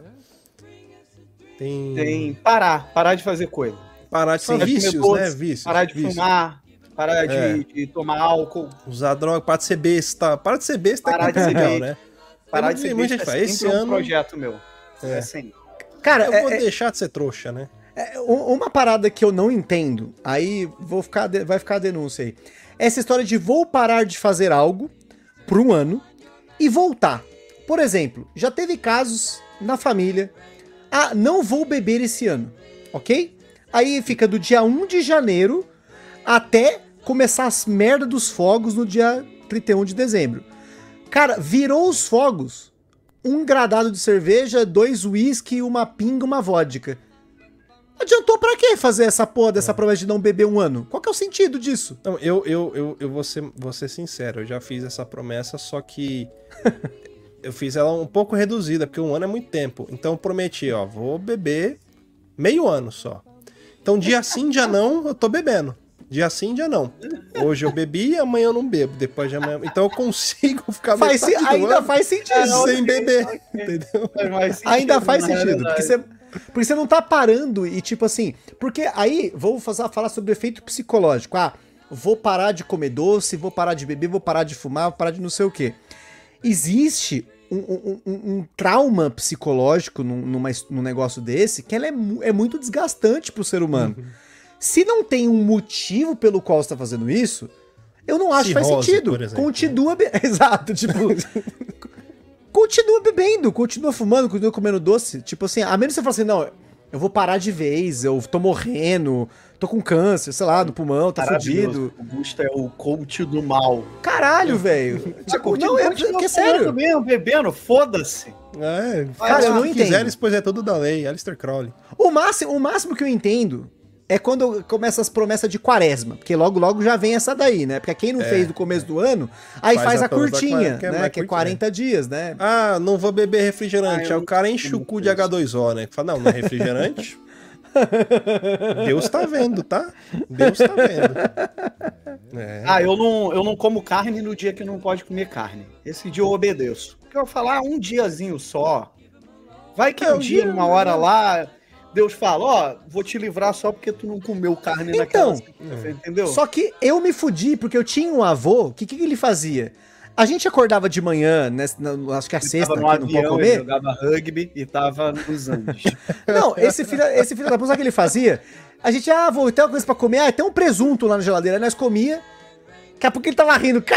Tem parar de fazer coisa. Parar de fazer vícios, né? Vícios. Parar de fumar. Parar de tomar álcool. Usar droga. Parar de ser besta. Parar de ser besta é legal, né? Parar de ser besta esse ano... projeto meu. Assim. Cara, eu vou deixar de ser trouxa, né? Uma parada que eu não entendo, aí vai ficar a denúncia aí. Essa história de vou parar de fazer algo por um ano e voltar. Por exemplo, já teve casos na família, não vou beber esse ano, ok? Aí fica do dia 1 de janeiro até começar as merdas dos fogos no dia 31 de dezembro. Cara, virou os fogos, 1 gradado de cerveja, 2 uísque, uma pinga, uma vodka. Adiantou pra quê fazer essa porra dessa promessa de não beber um ano? Qual que é o sentido disso? Não, eu vou ser sincero, eu já fiz essa promessa, só que eu fiz ela um pouco reduzida, porque um ano é muito tempo. Então eu prometi, vou beber meio ano só. Então dia sim, dia não, eu tô bebendo. Dia sim, dia não. Hoje eu bebi e amanhã eu não bebo. Depois de amanhã. Então eu consigo ficar ainda faz sentido. Sem beber. Entendeu? Ainda faz sentido. Porque você não tá parando e tipo assim. Porque aí vou falar sobre o efeito psicológico. Vou parar de comer doce, vou parar de beber, vou parar de fumar, vou parar de não sei o quê. Existe um trauma psicológico num negócio desse que ela é muito desgastante pro ser humano. Se não tem um motivo pelo qual você tá fazendo isso, eu não acho que faz sentido. Continua... Exato, tipo... continua bebendo, continua fumando, continua comendo doce. Tipo assim, a menos que você fale assim, não, eu vou parar de vez, eu tô morrendo, tô com câncer, sei lá, no pulmão, tá fudido. O Gusto é o coach do mal. Caralho, velho. Tipo, não, é sério. Mesmo, bebendo, foda-se. Cara, eu não entendo. Quiser, depois é tudo da lei, Aleister Crowley. O máximo que eu entendo é quando começa as promessas de quaresma, porque logo já vem essa daí, né? Porque quem não fez no começo do ano, aí faz a curtinha, né? Que é 40 dias, né? Ah, não vou beber refrigerante. Aí o cara enche o cu de H2O, né? Fala, não é refrigerante. Deus tá vendo, tá? Deus tá vendo. Eu não como carne no dia que não pode comer carne. Esse dia eu obedeço. Porque eu falar um diazinho só. Vai que um dia, uma hora lá, Deus fala, vou te livrar só porque tu não comeu carne naquela... Entendeu? Só que eu me fudi, porque eu tinha um avô, que ele fazia? A gente acordava de manhã, acho que a sexta, que não pode comer. Ele jogava rugby e tava nos Andes. Não, esse filho da puta, sabe o que ele fazia? A gente, avô, tem uma coisa pra comer? Tem um presunto lá na geladeira. Aí nós comia. Daqui a pouco ele tava rindo.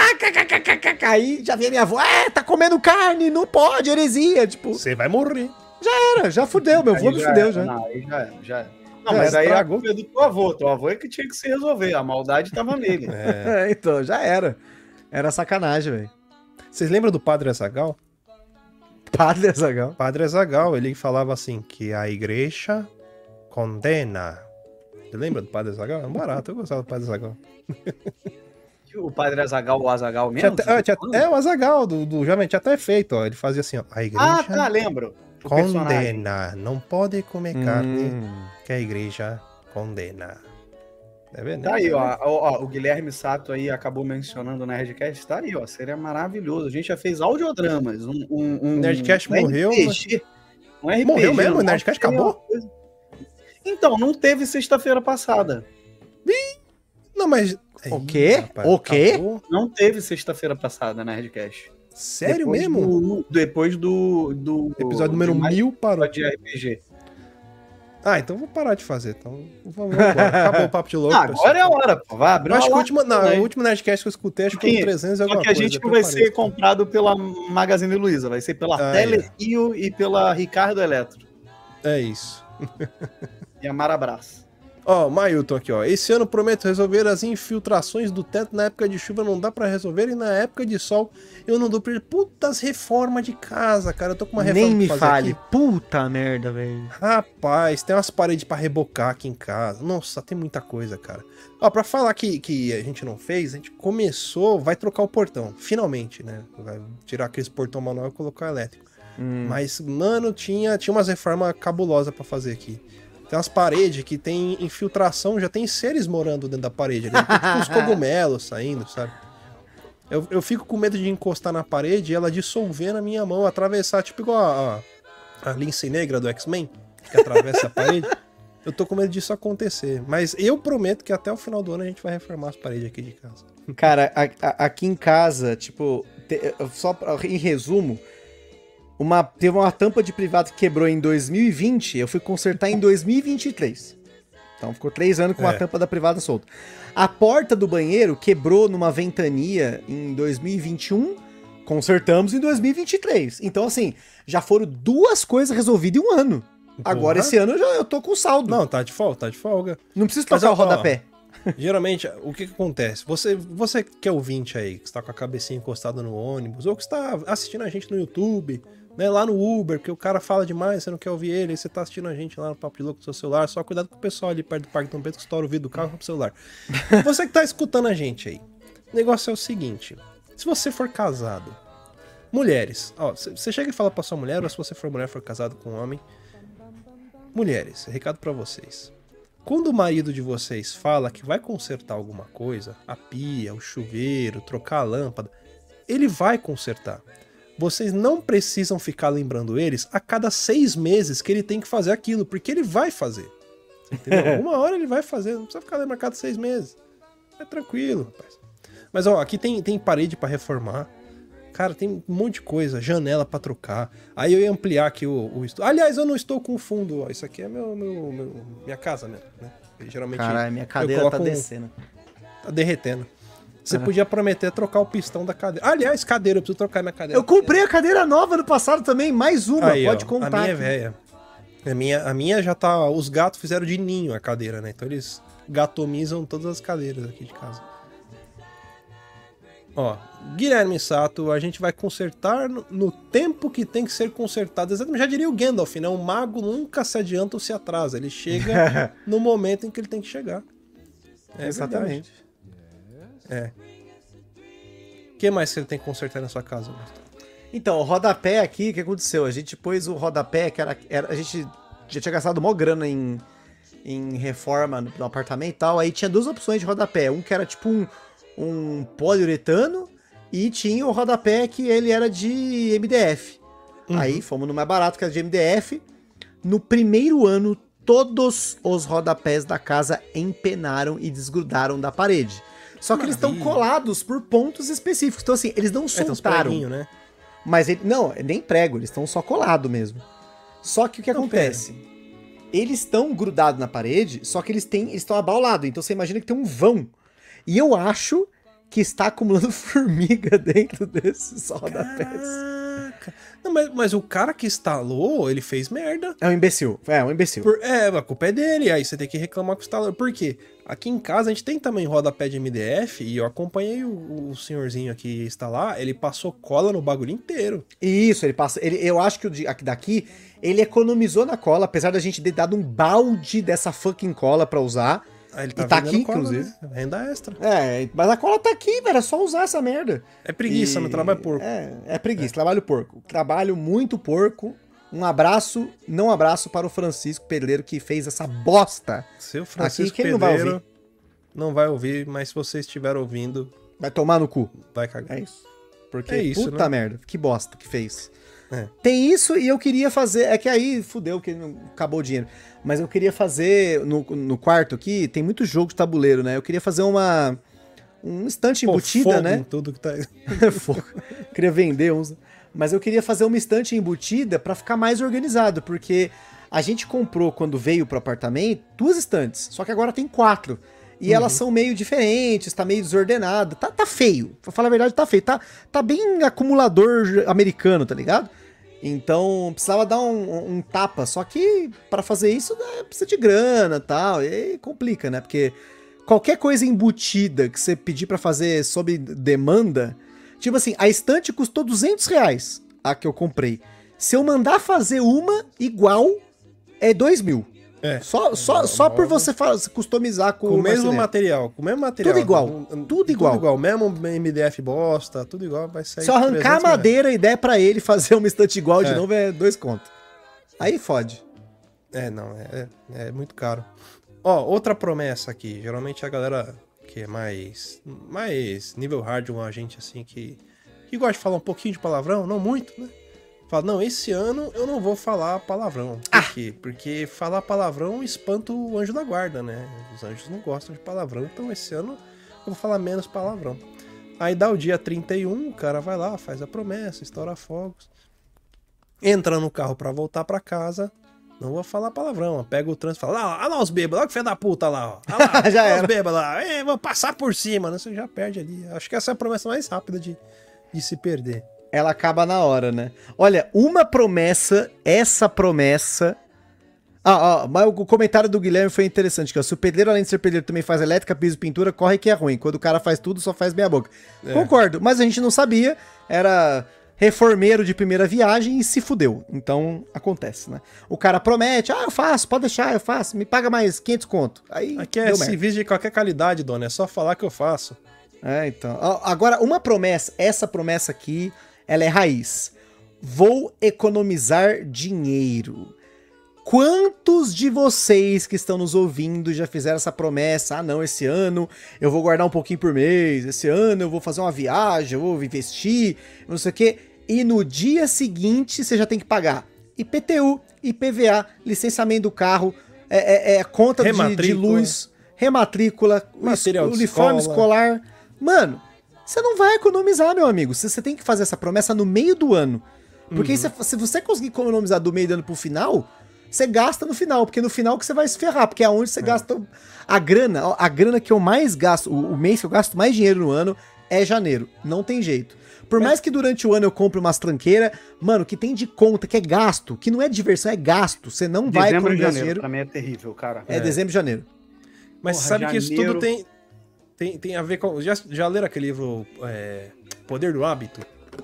Aí já vinha minha avó, tá comendo carne, não pode, heresia. Tipo, você vai morrer. Já fudeu, meu avô me fudeu, já. Não, aí já era. Não, mas aí a culpa é do teu avô. Teu avô é que tinha que se resolver. A maldade tava nele. Então, já era. Era sacanagem, velho. Vocês lembram do Padre Azaghal? Padre Azaghal? Padre Azaghal, ele falava assim, que a igreja condena. Você lembra do Padre Azaghal? É um barato, eu gostava do Padre Azaghal. O Padre Azaghal, o Azaghal mesmo? O Azaghal do Jovem tinha até feito, ó. Ele fazia assim, ó. A igreja lembro. Condena. Não pode comer carne que a igreja condena. É verdade. Tá aí, ó, o Guilherme Sato aí acabou mencionando o Nerdcast, tá aí, ó, seria maravilhoso. A gente já fez audiodramas, Nerdcast morreu, RPG, um RPG. Morreu mesmo? O Nerdcast acabou? Então, não teve sexta-feira passada. Não, mas... O quê? O quê? Acabou. Não teve sexta-feira passada, Nerdcast. Sério depois mesmo? Depois do episódio número 1000 parou. De RPG. Então vou parar de fazer. Então vamos embora. Acabou o papo de louco. Agora é a hora, pô. Vai abrir. Eu acho que o último Nerdcast que eu escutei, acho que foi 300 e alguma coisa. Só que a gente não vai ser comprado pela Magazine Luiza, vai ser pela Telerio e pela Ricardo Eletro. É isso. E a Marabras. Ó, Mailton aqui, ó. Esse ano prometo resolver as infiltrações do teto. Na época de chuva não dá pra resolver e na época de sol eu não dou pra ele. Putas reforma de casa, cara. Eu tô com uma reforma Nem me fale. Aqui. Puta merda, velho. Rapaz, tem umas paredes pra rebocar aqui em casa. Nossa, tem muita coisa, cara. Ó, pra falar que a gente não fez, a gente começou, vai trocar o portão. Finalmente, né? Vai tirar aquele portão manual e colocar elétrico. Mas, mano, tinha umas reformas cabulosas pra fazer aqui. Tem umas paredes que tem infiltração, já tem seres morando dentro da parede. Tem tipo uns cogumelos saindo, sabe? Eu fico com medo de encostar na parede e ela dissolver na minha mão, atravessar, tipo igual a Lince Negra do X-Men, que atravessa a parede. Eu tô com medo disso acontecer. Mas eu prometo que até o final do ano a gente vai reformar as paredes aqui de casa. Cara, aqui em casa, tipo, só em resumo, teve uma tampa de privado que quebrou em 2020, eu fui consertar em 2023. Então ficou 3 anos com a tampa da privada solta. A porta do banheiro quebrou numa ventania em 2021, consertamos em 2023. Então assim, já foram 2 coisas resolvidas em 1 ano. Agora esse ano eu tô com saldo. Não, tá de folga. Não precisa tocar o rodapé. Geralmente, o que acontece? Você que é ouvinte aí, que está com a cabecinha encostada no ônibus, ou que está assistindo a gente no YouTube, né, lá no Uber, porque o cara fala demais, você não quer ouvir ele, aí você tá assistindo a gente lá no Papo de Louco do seu celular, só cuidado com o pessoal ali perto do Parque Dom Pedro que estoura o vidro do carro pro celular. Você que tá escutando a gente aí, o negócio é o seguinte, se você for casado, mulheres, ó, você chega e fala pra sua mulher, ou se você for mulher for casado com um homem, mulheres, recado pra vocês. Quando o marido de vocês fala que vai consertar alguma coisa, a pia, o chuveiro, trocar a lâmpada, ele vai consertar. Vocês não precisam ficar lembrando eles a cada 6 meses que ele tem que fazer aquilo, porque ele vai fazer. Entendeu? Alguma hora ele vai fazer, não precisa ficar lembrando a cada 6 meses. É tranquilo, rapaz. Mas ó, aqui tem parede pra reformar. Cara, tem um monte de coisa, janela pra trocar. Aí eu ia ampliar aqui o estúdio. Aliás, eu não estou com fundo, ó. Isso aqui é minha casa mesmo, né? Geralmente. Caralho, minha cadeira tá descendo. Tá derretendo. Você podia prometer trocar o pistão da cadeira. Aliás, cadeira, eu preciso trocar minha cadeira. Eu comprei a cadeira nova no passado também, mais uma, aí, pode ó, contar. A minha é velha. A minha já tá... Os gatos fizeram de ninho a cadeira, né? Então eles gatomizam todas as cadeiras aqui de casa. Ó, Guilherme Sato, a gente vai consertar no tempo que tem que ser consertado. Exatamente, já diria o Gandalf, né? Um mago nunca se adianta ou se atrasa. Ele chega no momento em que ele tem que chegar. Exatamente. Verdade. O que mais que ele tem que consertar na sua casa, Gustavo? Então, o rodapé aqui, o que aconteceu? A gente pôs o rodapé, que era a gente já tinha gastado mó grana em reforma no apartamento e tal. Aí tinha duas opções de rodapé. Um que era tipo um poliuretano e tinha o rodapé que ele era de MDF. Aí fomos no mais barato, que era de MDF. No primeiro ano, todos os rodapés da casa empenaram e desgrudaram da parede. Só que eles estão colados por pontos específicos. Então assim, eles não soltaram. Né? Mas não, nem prego, eles estão só colados mesmo. Só que o que acontece? Eles estão grudados na parede, só que eles estão abaulados. Então você imagina que tem um vão. E eu acho que está acumulando formiga dentro desses rodapés. Caraca. Não, mas o cara que instalou, ele fez merda. É um imbecil. Um imbecil. A culpa é dele. Aí você tem que reclamar com o instalador. Por quê? Aqui em casa a gente tem também rodapé de MDF e eu acompanhei o senhorzinho aqui instalar. Ele passou cola no bagulho inteiro. Isso, eu acho que o daqui, ele economizou na cola, apesar da gente ter dado um balde dessa fucking cola pra usar. Ele tá aqui, cola, inclusive. Né? Renda extra. Mas a cola tá aqui, velho. É só usar essa merda. É preguiça, não trabalho porco. É preguiça, trabalho porco. Trabalho muito porco. Um abraço, não abraço para o Francisco Pedreiro que fez essa bosta. Seu Francisco aqui, Pedreiro não vai ouvir, mas se você estiver ouvindo... Vai tomar no cu. Vai cagar. É isso. Porque puta né? merda, que bosta que fez. Tem isso e eu queria fazer... É que aí fudeu, que acabou o dinheiro. Mas eu queria fazer no quarto aqui, tem muito jogo de tabuleiro, né? Eu queria fazer um estante embutida, fogo né? Em tudo que tá aí. Fogo. Queria vender uns... Mas eu queria fazer uma estante embutida pra ficar mais organizado, porque a gente comprou, quando veio pro apartamento, 2 estantes, só que agora tem 4. E elas são meio diferentes, tá meio desordenado, tá feio. Pra falar a verdade, tá feio. Tá bem acumulador americano, tá ligado? Então, precisava dar um tapa, só que pra fazer isso, precisa de grana e tal, e aí complica, né? Porque qualquer coisa embutida que você pedir pra fazer sob demanda... Tipo assim, a estante custou R$200, a que eu comprei. Se eu mandar fazer uma igual, é 2.000. Só por você customizar com o mesmo material. Com o mesmo material. Tudo igual. Tudo igual. Mesmo MDF bosta, tudo igual, vai sair. Se eu arrancar a madeira e der pra ele fazer uma estante igual de novo, é 2 conto. Aí fode. É muito caro. Ó, outra promessa aqui. Geralmente a galera... que é mais nível hard, um agente assim que gosta de falar um pouquinho de palavrão, não muito, né? Fala, não, esse ano eu não vou falar palavrão. Por quê? Porque falar palavrão espanta o anjo da guarda, né? Os anjos não gostam de palavrão, então esse ano eu vou falar menos palavrão. Aí dá o dia 31, o cara vai lá, faz a promessa, estoura fogos, entra no carro pra voltar pra casa. Não vou falar palavrão, pega o trânsito e fala, olha lá os bêbados, olha que filho da puta lá, ó. Olha lá, já olha era. Os bêbados lá, vou passar por cima, né? Você já perde ali. Acho que essa é a promessa mais rápida de se perder. Ela acaba na hora, né? Olha, uma promessa, essa promessa... mas o comentário do Guilherme foi interessante, que ó, se o pedreiro, além de ser pedreiro, também faz elétrica, piso e pintura, corre que é ruim. Quando o cara faz tudo, só faz meia boca. Concordo, mas a gente não sabia, era... reformeiro de primeira viagem e se fudeu. Então, acontece, né? O cara promete, eu faço, pode deixar, eu faço, me paga mais 500 conto. Aí, aqui é serviço de qualquer qualidade, dona, é só falar que eu faço. Então. Agora, uma promessa, essa promessa aqui, ela é raiz. Vou economizar dinheiro. Quantos de vocês que estão nos ouvindo já fizeram essa promessa? Não, esse ano eu vou guardar um pouquinho por mês, esse ano eu vou fazer uma viagem, eu vou investir, não sei o quê. E no dia seguinte você já tem que pagar IPTU, IPVA, licenciamento do carro, conta de luz, rematrícula, uniforme escolar. Mano, você não vai economizar, meu amigo. Você tem que fazer essa promessa no meio do ano. Porque se você conseguir economizar do meio do ano pro final... Você gasta no final, porque no final que você vai se ferrar, porque é onde você gasta a grana que eu mais gasto, o mês que eu gasto mais dinheiro no ano é janeiro, não tem jeito. Por mais que durante o ano eu compre umas tranqueiras, mano, que tem de conta, que é gasto, que não é diversão, é gasto, você não vai economizar dinheiro. Pra mim é terrível, cara. É dezembro e janeiro. Mas você sabe que isso tudo tem... tem a ver com... Já leram aquele livro Poder do Hábito?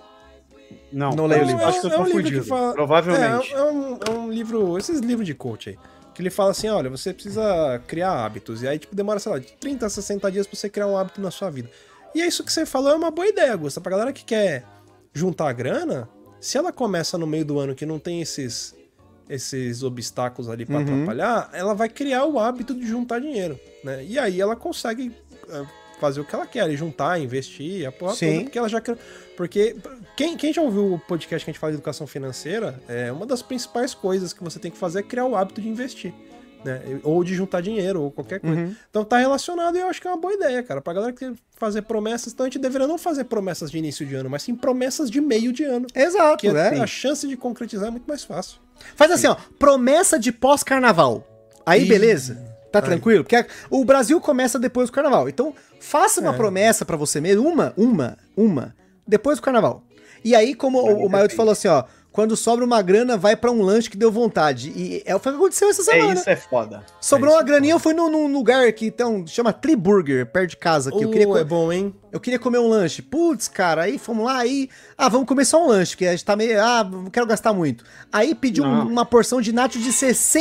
Não leio o livro. Acho que eu confundi. Provavelmente. É um livro... Esses livros de coach aí. Que ele fala assim, olha, você precisa criar hábitos. E aí, tipo, demora, sei lá, de 30 a 60 dias pra você criar um hábito na sua vida. E é isso que você falou, é uma boa ideia, Augusto. Pra galera que quer juntar grana, se ela começa no meio do ano que não tem esses obstáculos ali pra atrapalhar, ela vai criar o hábito de juntar dinheiro, né? E aí ela consegue fazer o que ela quer, juntar, investir, a porra toda, porque ela já quer... Porque quem já ouviu o podcast que a gente fala de educação financeira, uma das principais coisas que você tem que fazer é criar o hábito de investir, né? Ou de juntar dinheiro, ou qualquer coisa. Então tá relacionado e eu acho que é uma boa ideia, cara. Pra galera que quer fazer promessas, então a gente deveria não fazer promessas de início de ano, mas sim promessas de meio de ano. Exato, que a chance de concretizar é muito mais fácil. Faz assim, ó, promessa de pós-carnaval. Aí, beleza. Tá tranquilo? Porque o Brasil começa depois do carnaval. Então, faça uma promessa pra você mesmo, uma, depois do carnaval. E aí, como o Maioto falou assim, ó, quando sobra uma grana, vai pra um lanche que deu vontade. E foi o que aconteceu essa semana. Isso é foda. Sobrou uma graninha, eu fui num lugar que chama Triburger, perto de casa. Que eu queria é bom, hein? Eu queria comer um lanche. Putz, cara, aí fomos lá, aí... vamos comer só um lanche, porque a gente tá meio... não quero gastar muito. Aí pedi uma porção de nacho de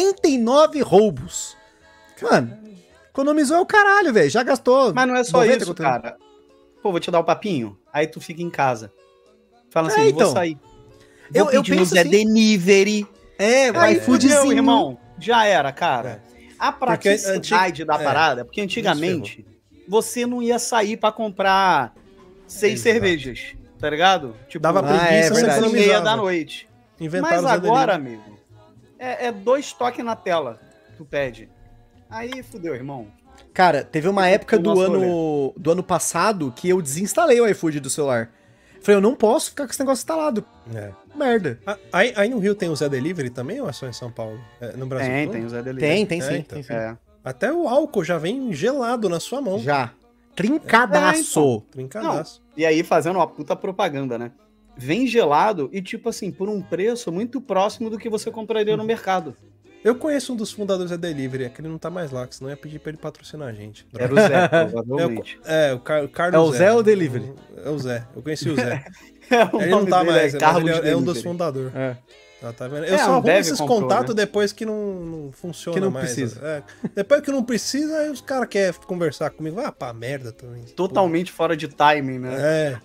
69 roubos. Mano, economizou o caralho, velho. Já gastou. Mas não é só isso, cara. Pô, vou te dar um papinho. Aí tu fica em casa. Fala assim, então, vou sair. Vou pedir no Zé Delivery. O iFoodzinho. Irmão, já era, cara. A praticidade da parada, porque antigamente você não ia sair pra comprar 6 cervejas, tá ligado? Tipo, dava preguiça, você economizava. 30h. Inventaram. Mas agora, amigo, é 2 toques na tela que tu pede. Aí fudeu, irmão. Cara, teve uma época do ano passado que eu desinstalei o iFood do celular. Falei, eu não posso ficar com esse negócio instalado. Merda. Aí no Rio tem o Zé Delivery também ou é só em São Paulo? No Brasil? Tem o Zé Delivery. Tem sim. Até o álcool já vem gelado na sua mão. Já. Trincadaço. Então. Trincadaço. Não. E aí fazendo uma puta propaganda, né? Vem gelado e tipo assim, por um preço muito próximo do que você compraria no mercado. Eu conheço um dos fundadores da Delivery, é que ele não tá mais lá, que senão ia pedir pra ele patrocinar a gente. Era o Zé, provavelmente. O Carlos. É o Zé ou o Delivery? É o Zé, eu conheci o Zé. Ele não tá mais, mas ele é um dos fundadores. Tá vendo? Eu só arrumo esses contatos depois que não funciona mais. Que não precisa. Depois que não precisa, aí os caras querem conversar comigo. Pá, merda também. Totalmente fora de timing, né?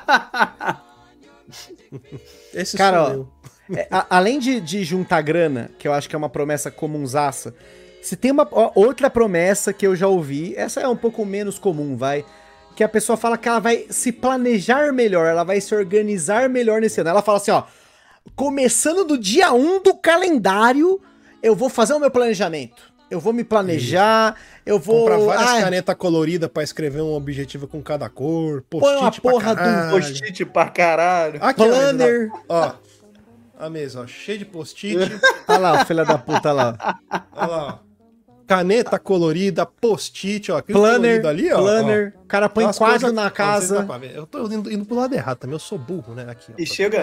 Esse cara, sou eu. Além de juntar grana, que eu acho que é uma promessa comunzaça, se tem uma outra promessa que eu já ouvi, essa é um pouco menos comum, que a pessoa fala que ela vai se planejar melhor, ela vai se organizar melhor nesse ano. Ela fala assim, ó, começando do dia 1 do calendário, eu vou fazer o meu planejamento. Eu vou me planejar, eu vou... comprar várias canetas coloridas pra escrever um objetivo com cada cor, post-it pra caralho. Post-it pra caralho. Aqui, planner. Ó, a mesa, ó, cheia de post-it. Olha lá, filha da puta lá. Olha lá, ó. Caneta colorida, post-it, ó. Planner ali, ó. Planner. O cara põe quadro na casa. Eu tô indo pro lado errado também, eu sou burro, né? Aqui, ó, e chega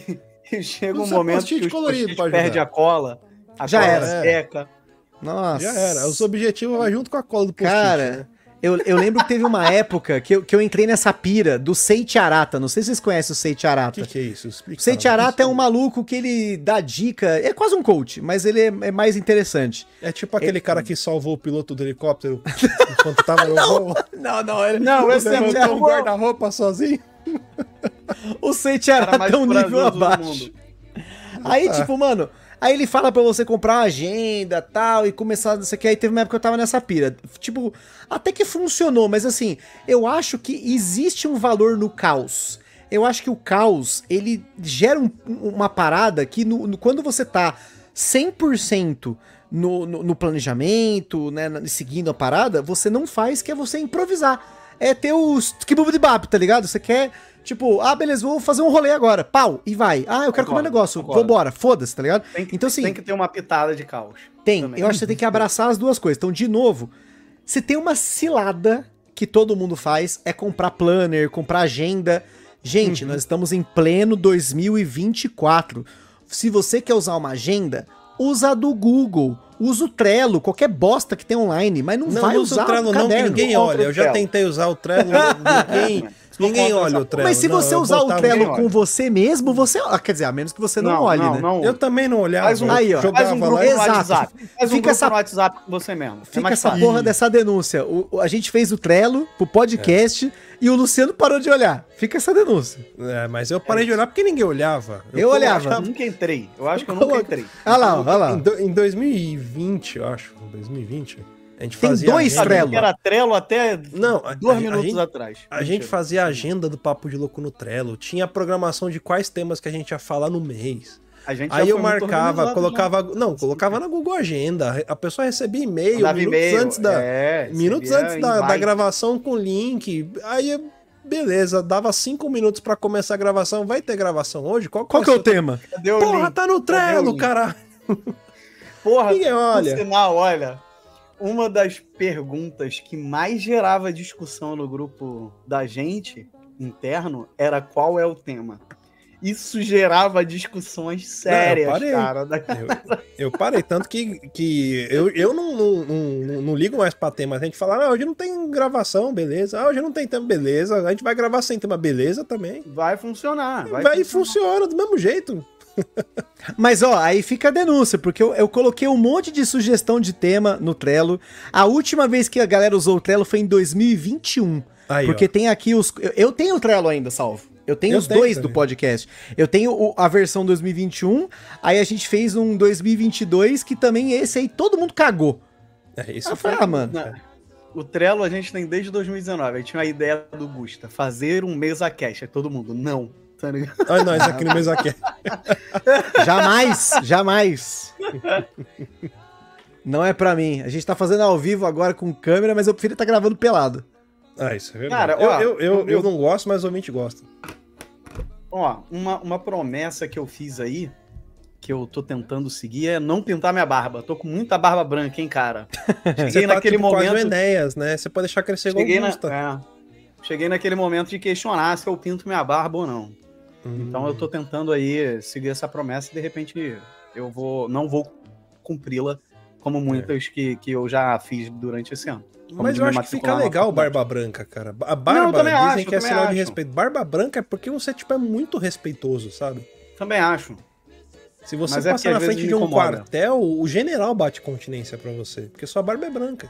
um momento que o post-it perde a cola. Já era. Seca. Nossa. Já era. Os objetivos vai junto com a cola do post-it. Cara, né? eu lembro que teve uma época que eu entrei nessa pira do Seiichi Arata. Não sei se vocês conhecem o Seiichi Arata. O que é isso? Explica. O Seiichi Arata é um maluco que ele dá dica. É quase um coach, mas ele é mais interessante. É tipo aquele cara que salvou o piloto do helicóptero enquanto tava no voo. Não, esse é muito um guarda-roupa sozinho. O Seiichi Arata é um nível abaixo. Aí, tipo, mano... Aí ele fala pra você comprar uma agenda e tal, e começar isso aqui. Aí teve uma época que eu tava nessa pira. Tipo, até que funcionou, mas assim, eu acho que existe um valor no caos. Eu acho que o caos, ele gera uma parada que quando você tá 100% no planejamento, né, seguindo a parada, você não faz, que é você improvisar. É ter os tkibubidibap, tá ligado? Você quer... Tipo, beleza, vou fazer um rolê agora. Pau, e vai. Eu quero comer um negócio. Vambora, foda-se, tá ligado? Então, assim, tem que ter uma pitada de caos. Tem, também. Eu acho que você tem que abraçar as duas coisas. Então, de novo, se tem uma cilada que todo mundo faz, é comprar planner, comprar agenda. Gente, nós estamos em pleno 2024. Se você quer usar uma agenda, usa a do Google. Usa o Trello, qualquer bosta que tem online, mas não vai usar o Trello não, que ninguém olha. Eu já tentei usar o Trello, ninguém olha o Trello. Mas se você usar o Trello com você mesmo, você... Quer dizer, a menos que você não olhe, né? Eu também não olhava. Aí, ó. Faz um grupo no WhatsApp. Faz um grupo no WhatsApp com você mesmo. Fica essa porra dessa denúncia. A gente fez o Trello pro podcast e o Luciano parou de olhar. Fica essa denúncia. Mas eu parei de olhar porque ninguém olhava. Eu olhava. Eu nunca entrei. Eu acho que eu nunca entrei. Olha lá. Em 2020, eu acho. 2020... A gente tem fazia 2 Trello. Era Trello até 2 minutos atrás. A gente fazia a agenda do Papo de Louco no Trello. Tinha a programação de quais temas que a gente ia falar no mês. Aí eu marcava, colocava na Google Agenda. A pessoa recebia e-mail minutos antes da gravação com link. Aí, beleza, dava 5 minutos pra começar a gravação. Vai ter gravação hoje? Qual que é o tema? Porra, tá no Trello, caralho. Porra, por sinal, olha... Uma das perguntas que mais gerava discussão no grupo da gente, interno, era qual é o tema. Isso gerava discussões sérias, cara. Eu parei, tanto que eu não ligo mais pra tema. A gente fala, hoje não tem gravação, beleza. Hoje não tem tema, beleza. A gente vai gravar sem tema, beleza também. Vai funcionar. Funciona do mesmo jeito. Mas aí fica a denúncia, porque eu coloquei um monte de sugestão de tema no Trello. A última vez que a galera usou o Trello foi em 2021. Porque tem aqui eu tenho o Trello ainda, salvo. Eu tenho os dois do podcast. Eu tenho a versão 2021, aí a gente fez um 2022 que também esse aí todo mundo cagou. Isso foi, mano. O Trello a gente tem desde 2019. Aí tinha a ideia do Gusta, fazer um mesa cast. Aí todo mundo, não. Nós aqui no mesa cast. Jamais. Não é pra mim. A gente tá fazendo ao vivo agora com câmera, mas eu prefiro estar gravando pelado. Isso é verdade. Cara, eu não gosto, mas o ouvinte gosta. Uma promessa que eu fiz aí, que eu tô tentando seguir, é não pintar minha barba. Tô com muita barba branca, hein, cara. Cheguei naquele momento... quase o Enéas, né? Você pode deixar crescer igual Cheguei naquele momento de questionar se eu pinto minha barba ou não. Então eu tô tentando aí seguir essa promessa e de repente eu não vou cumpri-la como muitas que eu já fiz durante esse ano. Mas eu acho que fica legal barba branca, cara. A barba dizem que é sinal de respeito. Barba branca é porque você é muito respeitoso, sabe? Também acho. Se você passar na frente de um quartel, o general bate continência pra você, porque sua barba é branca.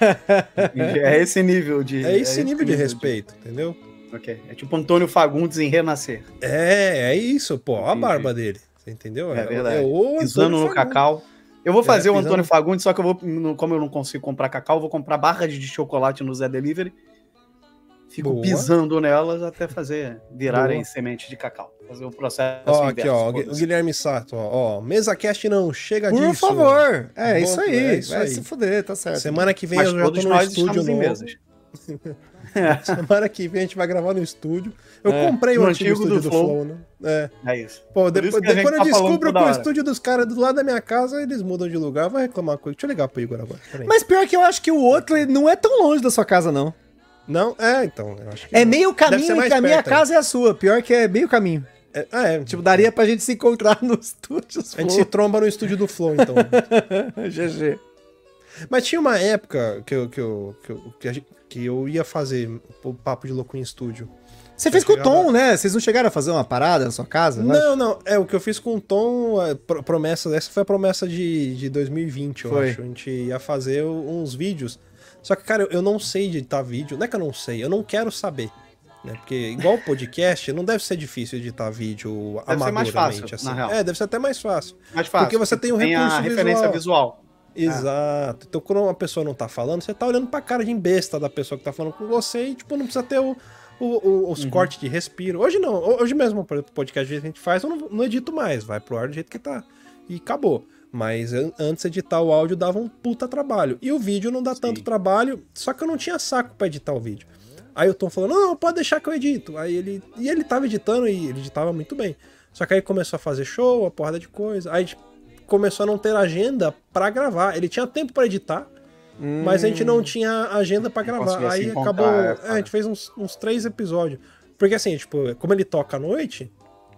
É esse nível de... É esse nível de respeito, entendeu? Ok. É tipo Antônio Fagundes em Renascer. É isso, pô. Olha a barba dele. Você entendeu? É verdade. Pisando no cacau. Eu vou fazer o Antônio Fagundes, só que como eu não consigo comprar cacau, eu vou comprar barras de chocolate no Zé Delivery. Fico pisando nelas até virarem semente de cacau. Fazer o processo inverso. Aqui, o Guilherme Sato, MesaCast não chega disso. Por favor. Isso aí. Vai se fuder, tá certo. Semana que vem eu já tô no estúdio novo. Semana que vem a gente vai gravar no estúdio. Eu comprei o antigo estúdio do Flow, né? É isso. Pô, depois eu descubro que o estúdio dos caras do lado da minha casa, eles mudam de lugar, vai reclamar comigo. Deixa eu ligar pro Igor agora. Mas pior que eu acho que o outro não é tão longe da sua casa, não. Não? Então. Eu acho que é meio caminho entre a minha casa e a sua. Pior que é meio caminho. Tipo, daria pra gente se encontrar nos estúdios Flow. A gente se tromba no estúdio do Flow, então. GG. Mas tinha uma época que eu ia fazer o Papo de Louco em estúdio. Você fez com o Tom, né? Vocês não chegaram a fazer uma parada na sua casa? Não. O que eu fiz com o Tom, essa foi a promessa de 2020, eu acho. A gente ia fazer uns vídeos. Só que, cara, eu não sei editar vídeo. Não é que eu não sei, eu não quero saber. Né? Porque, igual o podcast, não deve ser difícil editar vídeo amadoramente. Deve ser mais fácil, assim. na real. Deve ser até mais fácil. Mais fácil. Porque você tem um recurso a referência visual. Exato. Então, quando uma pessoa não tá falando, você tá olhando pra cara de besta da pessoa que tá falando com você e, tipo, não precisa ter os cortes de respiro. Hoje não. Hoje mesmo, o podcast que a gente faz, eu não edito mais. Vai pro ar do jeito que tá. E acabou. Mas antes editar o áudio dava um puta trabalho. E o vídeo não dá tanto trabalho, só que eu não tinha saco pra editar o vídeo. Aí o Tom falou, não, pode deixar que eu edito. Aí ele tava editando e ele editava muito bem. Só que aí começou a fazer show, uma porrada de coisa. Aí começou a não ter agenda pra gravar. Ele tinha tempo pra editar, mas a gente não tinha agenda pra gravar. Aí acabou... a gente fez uns 3 episódios. Porque assim, tipo, como ele toca à noite,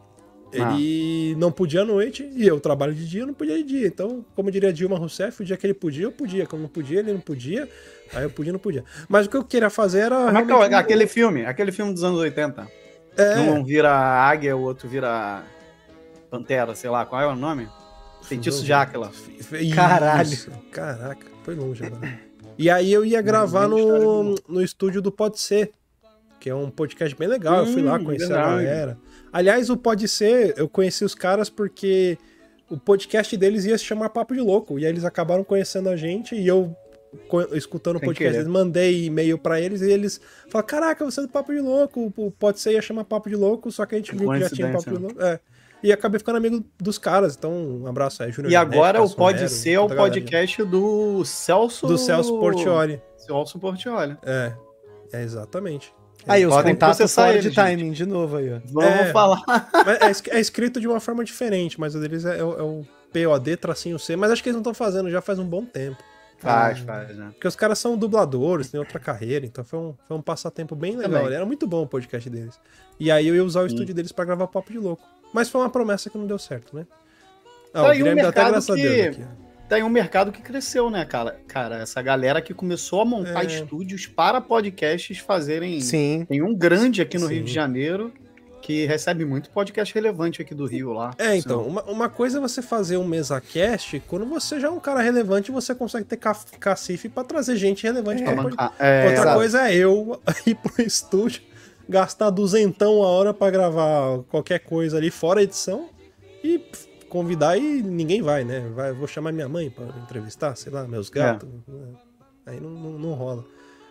Ele não podia à noite e eu trabalho de dia, eu não podia de dia. Então, como diria Dilma Rousseff, o dia que ele podia, eu podia. Quando não podia, ele não podia. Aí eu podia, não podia. Mas o que eu queria fazer era... Mas aquele filme dos anos 80. Um vira águia, o outro vira pantera, sei lá. Qual é o nome? Feitiço de Áquila. Caralho. Caraca, foi longe agora. E aí eu ia gravar no estúdio do Pode Ser, que é um podcast bem legal. Eu fui lá conhecer a galera. Aliás, o Pode Ser, eu conheci os caras porque o podcast deles ia se chamar Papo de Louco. E aí eles acabaram conhecendo a gente e eu, escutando o podcast deles, mandei e-mail pra eles e eles falaram, caraca, você é do Papo de Louco. O Pode Ser ia chamar Papo de Louco, só que a gente viu que já tinha Papo de Louco. E acabei ficando amigo dos caras. Então, um abraço aí, Júnior. E agora o Pode Ser é o podcast do Celso... Do Celso Portioli. Celso Portioli. É exatamente. Aí, os contatos fora de timing, de novo aí, ó. Vamos falar. É escrito de uma forma diferente, mas o deles é o POD-C, mas acho que eles não estão fazendo já faz um bom tempo. Faz, né? Porque os caras são dubladores, têm outra carreira, então foi um passatempo bem legal. Era muito bom o podcast deles. E aí eu ia usar o estúdio deles pra gravar Papo de Louco. Mas foi uma promessa que não deu certo, né? O Guilherme dá até graças a Deus aqui. Tem um mercado que cresceu, né, cara? Essa galera que começou a montar estúdios para podcasts fazerem... Sim. Tem um grande aqui no Rio de Janeiro que recebe muito podcast relevante aqui do Rio lá. Então, uma coisa é você fazer um MesaCast, quando você já é um cara relevante, você consegue ter cacife pra trazer gente relevante pra podcast. Outra coisa é eu ir pro estúdio, gastar 200 a hora pra gravar qualquer coisa ali, fora edição, e convidar e ninguém vai, né? Vou chamar minha mãe pra entrevistar, sei lá, meus gatos. Aí não rola.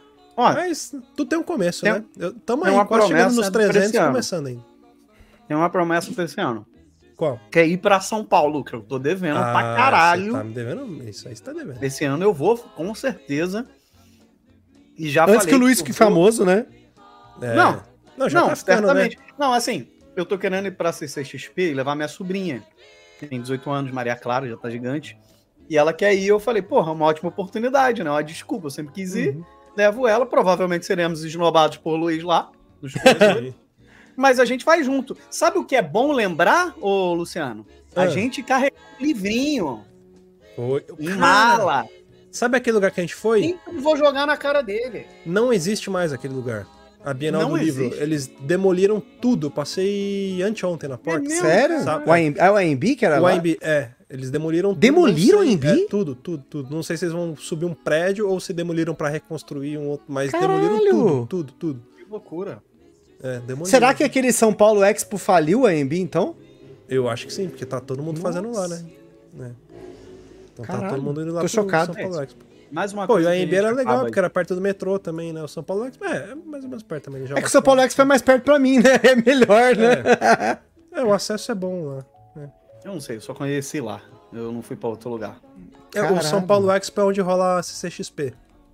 Mas tudo tem um começo, né? Tamo aí, quase chegando nos 300 e começando ainda. Tem uma promessa pra esse ano. Qual? Que é ir pra São Paulo, que eu tô devendo pra caralho. Você tá me devendo? Isso aí você tá devendo. Esse ano eu vou, com certeza. E já Antes que o Luiz, que famoso, né? Não, já tá ficando, certamente. Né? Não, assim, eu tô querendo ir pra CCXP e levar minha sobrinha. Tem 18 anos, Maria Clara, já tá gigante. E ela quer ir, eu falei, porra, uma ótima oportunidade, né? Uma desculpa, eu sempre quis ir. Levo ela, provavelmente seremos esnobados por Luiz lá. Mas a gente vai junto. Sabe o que é bom lembrar, ô Luciano? A gente carregou um livrinho. Em mala. Sabe aquele lugar que a gente foi? Sempre vou jogar na cara dele. Não existe mais aquele lugar. A Bienal do Livro. Eles demoliram tudo. Eu passei anteontem na porta. Sério? O AMB que era lá? O AMB, eles demoliram tudo. Demoliram o AMB? Tudo. Não sei se eles vão subir um prédio ou se demoliram pra reconstruir um outro, mas demoliram tudo. Que loucura. Será que aquele São Paulo Expo faliu o AMB, então? Eu acho que sim, porque tá todo mundo fazendo lá, né? Então tá todo mundo indo lá pro chocado. São Paulo Expo. Mais uma coisa. E a AMB era legal, porque era perto do metrô também, né? O São Paulo Expo é mais ou menos perto também. É que o São Paulo Expo é mais perto pra mim, né? É melhor, né? O acesso é bom lá. Eu não sei, eu só conheci lá. Eu não fui pra outro lugar. O São Paulo Expo é onde rola a CCXP.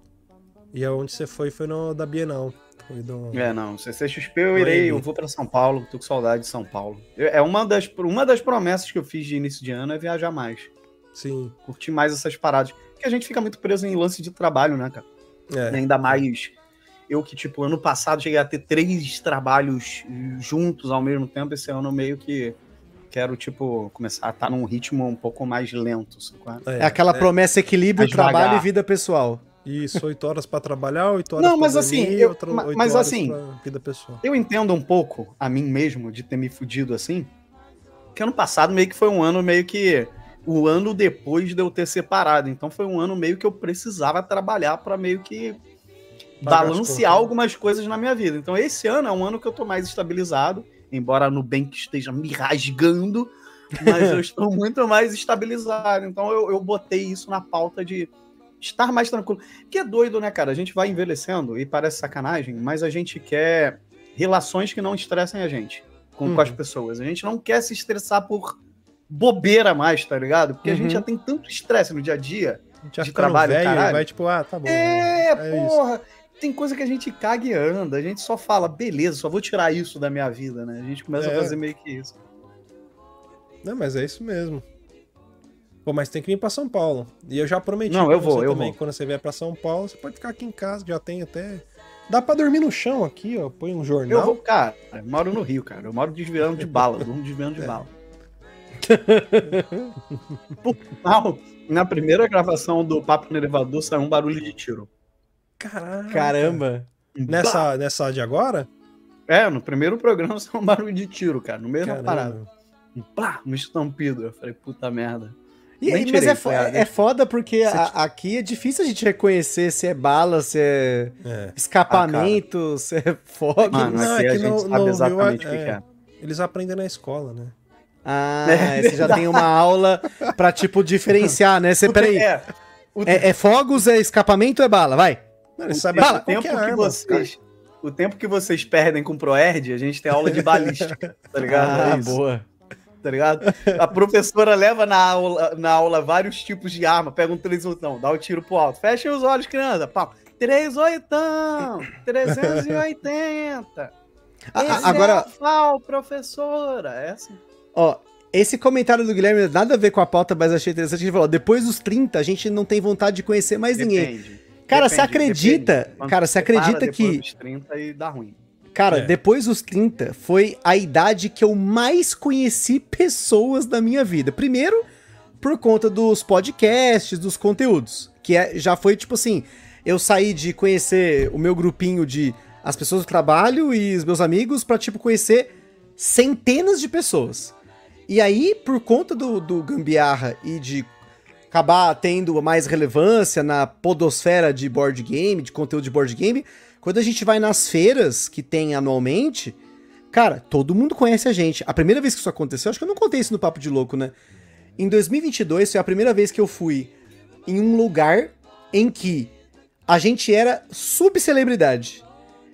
E aonde você foi no da Bienal. Não, CCXP eu vou pra São Paulo, tô com saudade de São Paulo. Uma das promessas que eu fiz de início de ano é viajar mais. Sim. Curtir mais essas paradas. Porque a gente fica muito preso em lance de trabalho, né, cara? E ainda mais eu que, ano passado cheguei a ter 3 trabalhos juntos ao mesmo tempo. Esse ano meio que quero, começar a estar num ritmo um pouco mais lento. É aquela promessa, equilíbrio, trabalho e vida pessoal. Isso, 8 horas pra trabalhar, 8 horas pra dormir, assim, 8 horas pra vida pessoal. Eu entendo um pouco a mim mesmo de ter me fudido assim, que ano passado meio que foi um ano meio que o ano depois de eu ter separado. Então foi um ano meio que eu precisava trabalhar pra meio que balancear algumas coisas na minha vida. Então esse ano é um ano que eu tô mais estabilizado, embora a Nubank esteja me rasgando, mas eu estou muito mais estabilizado. Então eu botei isso na pauta de estar mais tranquilo. Que é doido, né, cara? A gente vai envelhecendo e parece sacanagem, mas a gente quer relações que não estressem a gente com as pessoas. A gente não quer se estressar por bobeira mais, tá ligado? Porque a gente já tem tanto estresse no dia a dia de trabalho, velho, caralho. Vai tá bom. Porra. Isso. Tem coisa que a gente caga e anda. A gente só fala, beleza, só vou tirar isso da minha vida, né? A gente começa a fazer meio que isso. Não, mas é isso mesmo. Pô, mas tem que vir pra São Paulo. E eu já prometi eu vou. Quando você vier pra São Paulo, você pode ficar aqui em casa, já tem até Dá pra dormir no chão aqui, ó. Põe um jornal. Cara, eu moro no Rio, cara. Eu moro desviando de bala. Durmo desviando de bala. Não, na primeira gravação do Papo no Elevador saiu um barulho de tiro. Caraca. Caramba. Nessa de agora? No primeiro programa saiu um barulho de tiro, cara. No meio da parada. Pá, um estampido. Eu falei, puta merda. Mas é foda porque aqui é difícil a gente reconhecer se é bala, se é escapamento, se é fogo. Mano, aqui a gente sabe exatamente o que é. Eles aprendem na escola, né? Você já tem uma aula pra, tipo, diferenciar, né? Peraí, é fogos, é escapamento ou é bala? Vai. Mano, sabe bala. O tempo que vocês perdem com o ProErd, a gente tem aula de balística, tá ligado? Boa. Tá ligado? A professora leva na aula vários tipos de arma, pega um 38, dá o tiro pro alto. Fecha os olhos, criança. Pau. 38, 380. Agora, professora. É assim. Ó, esse comentário do Guilherme nada a ver com a pauta, mas achei interessante. Ele falou: depois dos 30, a gente não tem vontade de conhecer mais ninguém. Cara, você acredita? Cara, você acredita que. Depois dos 30 e dá ruim. Cara, depois dos 30 foi a idade que eu mais conheci pessoas da minha vida. Primeiro, por conta dos podcasts, dos conteúdos. Que já foi tipo assim: eu saí de conhecer o meu grupinho de as pessoas do trabalho e os meus amigos pra, tipo, conhecer centenas de pessoas. E aí, por conta do Gambiarra e de acabar tendo mais relevância na podosfera de board game, de conteúdo de board game, quando a gente vai nas feiras que tem anualmente, cara, todo mundo conhece a gente. A primeira vez que isso aconteceu, acho que eu não contei isso no Papo de Louco, né? Em 2022 foi a primeira vez que eu fui em um lugar em que a gente era subcelebridade.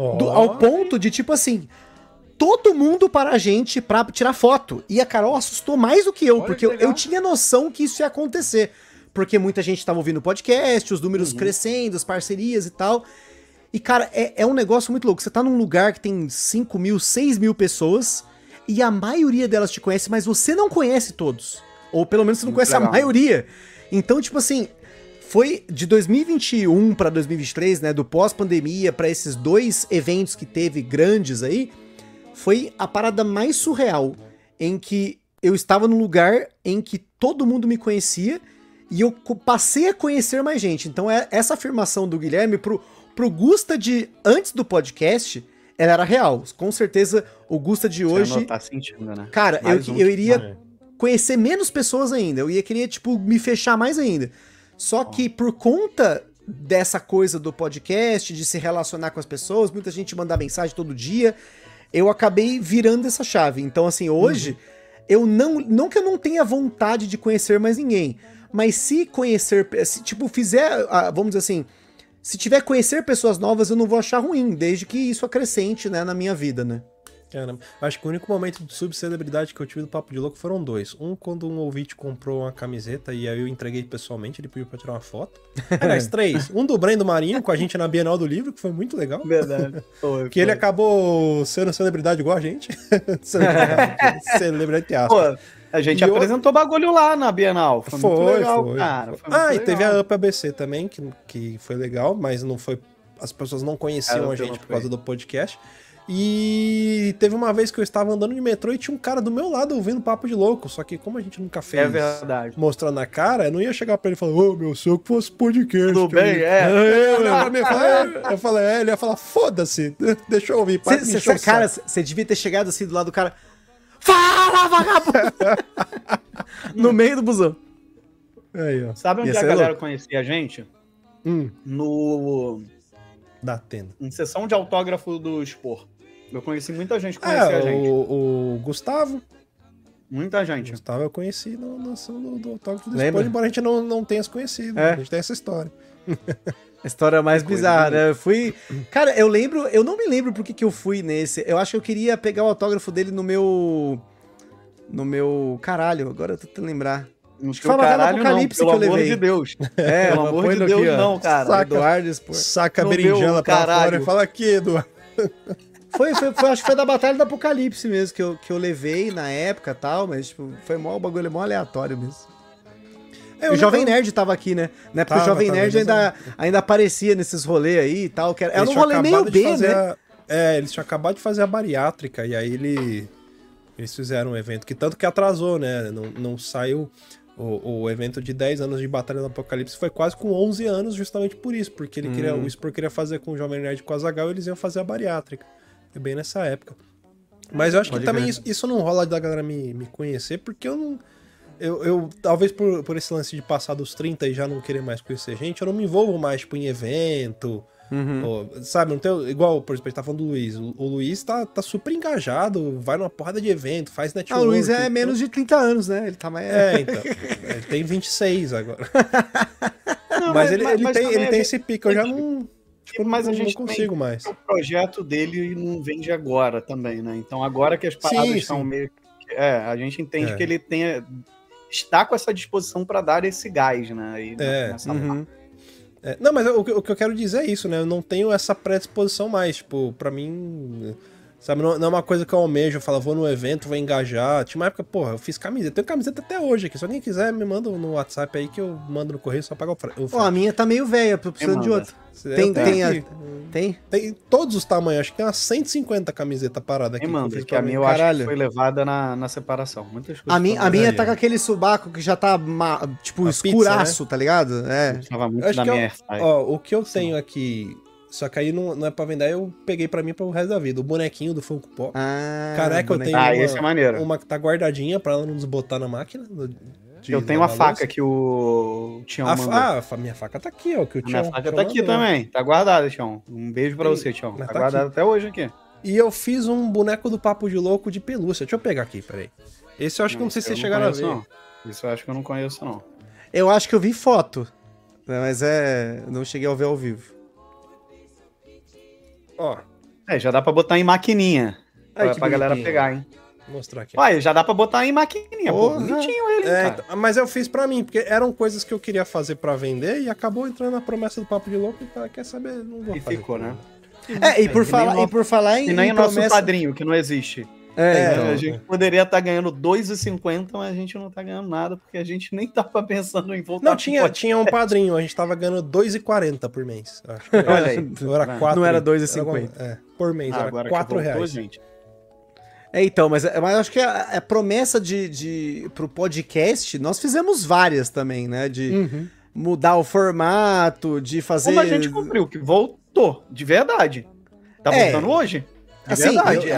Ao ponto de, tipo assim, todo mundo para a gente pra tirar foto. E a Carol assustou mais do que eu, porque eu tinha noção que isso ia acontecer. Porque muita gente tava ouvindo o podcast, os números crescendo, as parcerias e tal. E, cara, é um negócio muito louco. Você tá num lugar que tem 5 mil, 6 mil pessoas, e a maioria delas te conhece, mas você não conhece todos. Ou pelo menos você não conhece a maioria. Então, tipo assim, foi de 2021 pra 2023, né, do pós-pandemia, pra esses 2 eventos que teve grandes aí, foi a parada mais surreal, em que eu estava num lugar em que todo mundo me conhecia, e eu passei a conhecer mais gente. Então, essa afirmação do Guilherme pro Gusta de antes do podcast, ela era real. Com certeza, o Gusta de hoje... Você não tá sentindo, né? Cara, eu iria conhecer menos pessoas ainda. Eu ia querer, tipo, me fechar mais ainda. Só que por conta dessa coisa do podcast, de se relacionar com as pessoas, muita gente mandar mensagem todo dia, eu acabei virando essa chave. Então, assim, hoje, eu não que eu não tenha vontade de conhecer mais ninguém, mas se conhecer, se, tipo, fizer, vamos dizer assim, se tiver conhecer pessoas novas, eu não vou achar ruim, desde que isso acrescente, né, na minha vida, né? Caramba, acho que o único momento de subcelebridade que eu tive do Papo de Louco foram 2. Um, quando um ouvinte comprou uma camiseta e aí eu entreguei pessoalmente, ele pediu pra tirar uma foto. Aliás, 3. Um do Brendo Marinho com a gente na Bienal do Livro, que foi muito legal. Verdade. Que ele acabou sendo celebridade igual a gente. Celebridade de aspas. Pô, a gente apresentou bagulho lá na Bienal. Foi muito legal, cara. Foi muito legal. E teve a Up ABC também, que foi legal, mas não foi... As pessoas não conheciam a gente por causa do podcast. E teve uma vez que eu estava andando de metrô e tinha um cara do meu lado ouvindo Papo de Louco. Só que como a gente nunca fez mostrando a cara, eu não ia chegar pra ele e falar: ô, meu, se eu fosse podcast. Tudo bem, Eu falei, ele ia falar: foda-se, deixa eu ouvir. Cara, você devia ter chegado assim do lado do cara. Fala, vagabundo! No meio do busão. Aí, ó. Sabe onde a galera conhecia a gente? No... Da tenda. Em sessão de autógrafo do Expor. Eu conheci muita gente que conhecia a gente. O Gustavo. Muita gente. O Gustavo eu conheci na sessão do autógrafo do Expor, embora a gente não tenha se conhecido. A gente tem essa história. A história mais bizarra, né? Eu fui... Cara, eu não me lembro por que eu fui nesse. Eu acho que eu queria pegar o autógrafo dele no meu... Caralho, agora eu tô tentando lembrar. Acho que caralho não, pelo amor de Deus. Pelo amor de Deus, não, cara. Eduardo, saca a berinjela pra fora e fala aqui, Eduardo. Acho que foi da Batalha do Apocalipse mesmo, que eu levei na época e tal, mas tipo, foi o bagulho mó aleatório mesmo. O Jovem Nerd tava aqui, né? Na época o Jovem Nerd ainda aparecia nesses rolês aí e tal. Que era um rolê meio B, né? Eles tinham acabado de fazer a bariátrica e aí eles fizeram um evento que tanto que atrasou, né? Não saiu o evento de 10 anos de Batalha do Apocalipse, foi quase com 11 anos justamente por isso, porque o Spur queria fazer com o Jovem Nerd e com o Azaghal e eles iam fazer a bariátrica. É bem nessa época. Mas eu acho que também isso não rola da galera me conhecer, porque eu não... Eu talvez por esse lance de passar dos 30 e já não querer mais conhecer gente, eu não me envolvo mais, tipo, em evento, sabe? Não tem, igual, por exemplo, a gente tá falando do Luiz. O Luiz tá super engajado, vai numa porrada de evento, faz network. O Luiz é menos de 30 anos, né? Ele tá mais... então. Ele tem 26 agora. Não, mas ele tem esse pico, eu já não... Tipo, mas a gente não consigo mais. O projeto dele não vende agora também, né? Então agora que as paradas estão meio... a gente entende que ele está com essa disposição para dar esse gás, né? E não, mas o que eu quero dizer é isso, né? Eu não tenho essa predisposição mais. Tipo, pra mim... Sabe, não é uma coisa que eu almejo, eu falo, vou no evento, vou engajar. Tinha uma época, porra, eu fiz camiseta. Tenho camiseta até hoje aqui. Se alguém quiser, me manda no WhatsApp aí que eu mando no correio só pagar o frete. A minha tá meio velha, tô precisando de outra. Tem todos os tamanhos, acho que tem umas 150 camisetas paradas aqui. Que a minha eu acho que foi levada na separação. Muitas coisas a minha tá com aquele subaco que já tá, tipo, escuraço, pizza, né? Tá ligado? Tava muito na minha o que eu tenho aqui... Só que aí não é pra vender, eu peguei pra mim pro resto da vida. O bonequinho do Funko Pop. Careca, eu tenho esse é maneiro. Uma que tá guardadinha pra ela não desbotar na máquina. Eu tenho uma faca que o Tião mandou. A minha faca tá aqui, ó. Que o Tião, minha faca tá aqui também. Tá guardada, Tião. Um beijo pra você, Tião. Tá guardada até hoje aqui. E eu fiz um boneco do Papo de Louco de pelúcia. Deixa eu pegar aqui, peraí. Esse eu acho que não sei se vocês chegaram a ver. Não. Isso eu acho que eu não conheço, não. Eu acho que eu vi foto. Mas não cheguei a ver ao vivo. Ó. Já dá pra botar em maquininha. Pra galera pegar, hein? Vou mostrar aqui. Já dá pra botar em maquininha. Pô, bonitinho ele, cara. Mas eu fiz pra mim, porque eram coisas que eu queria fazer pra vender e acabou entrando na promessa do Papo de Louco e quer saber, não vou fazer. E ficou, né? E por falar em... E nem o nosso padrinho, que não existe. Então, a gente poderia estar ganhando R$2,50, mas a gente não tá ganhando nada, porque a gente nem tava pensando em voltar. Não, tinha um padrinho, a gente tava ganhando R$2,40 por mês. Acho que olha aí. Não era R$2,50. Por mês, era R$4. Gente. Então, mas eu acho que a promessa pro podcast, nós fizemos várias também, né? De mudar o formato, de fazer... Como a gente cumpriu, que voltou, de verdade. Tá voltando hoje? Assim,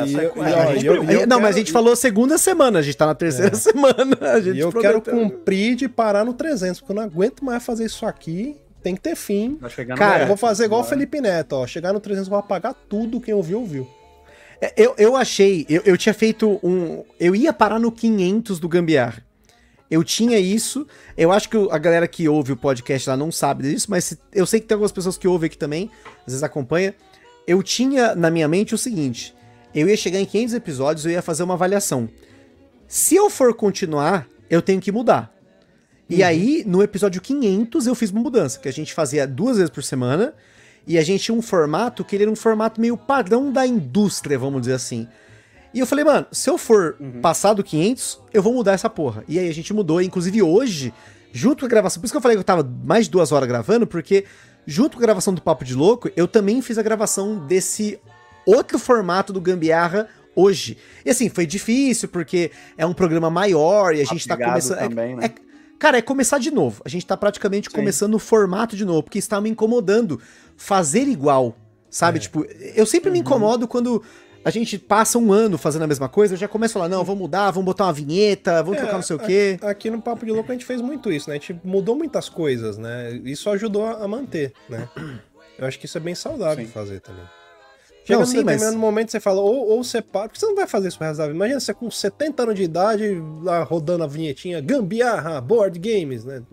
mas a gente falou segunda semana, a gente tá na terceira semana. E eu quero cumprir de parar no 300, porque eu não aguento mais fazer isso aqui. Tem que ter fim. Cara, eu vou fazer igual o Felipe Neto, ó. Chegar no 300, vou apagar tudo, quem ouviu. Eu achei, eu tinha feito eu ia parar no 500 do Gambiarra. Eu tinha isso, eu acho que a galera que ouve o podcast lá não sabe disso, mas eu sei que tem algumas pessoas que ouvem aqui também, às vezes acompanha. Eu tinha na minha mente o seguinte, eu ia chegar em 500 episódios, eu ia fazer uma avaliação. Se eu for continuar, eu tenho que mudar. E aí, no episódio 500, eu fiz uma mudança, que a gente fazia 2 vezes por semana, e a gente tinha um formato que ele era um formato meio padrão da indústria, vamos dizer assim. E eu falei, mano, se eu for passar do 500, eu vou mudar essa porra. E aí a gente mudou, inclusive hoje, junto com a gravação, por isso que eu falei que eu tava mais de 2 horas gravando, porque... Junto com a gravação do Papo de Louco, eu também fiz a gravação desse outro formato do Gambiarra hoje. E assim, foi difícil, porque é um programa maior e a gente tá começando... Também, né? Cara, é começar de novo. A gente tá praticamente começando o formato de novo, porque está me incomodando fazer igual, sabe? Tipo, eu sempre me incomodo quando... A gente passa um ano fazendo a mesma coisa, eu já começo a falar, não, vamos mudar, vamos botar uma vinheta, vamos trocar não sei o quê. Aqui no Papo de Louco a gente fez muito isso, né? A gente mudou muitas coisas, né? Isso ajudou a manter, né? Eu acho que isso é bem saudável fazer também. Chega num determinado momento você fala, ou você para, porque você não vai fazer isso pro resto da vida. Imagina você com 70 anos de idade, lá rodando a vinhetinha, Gambiarra, board games, né?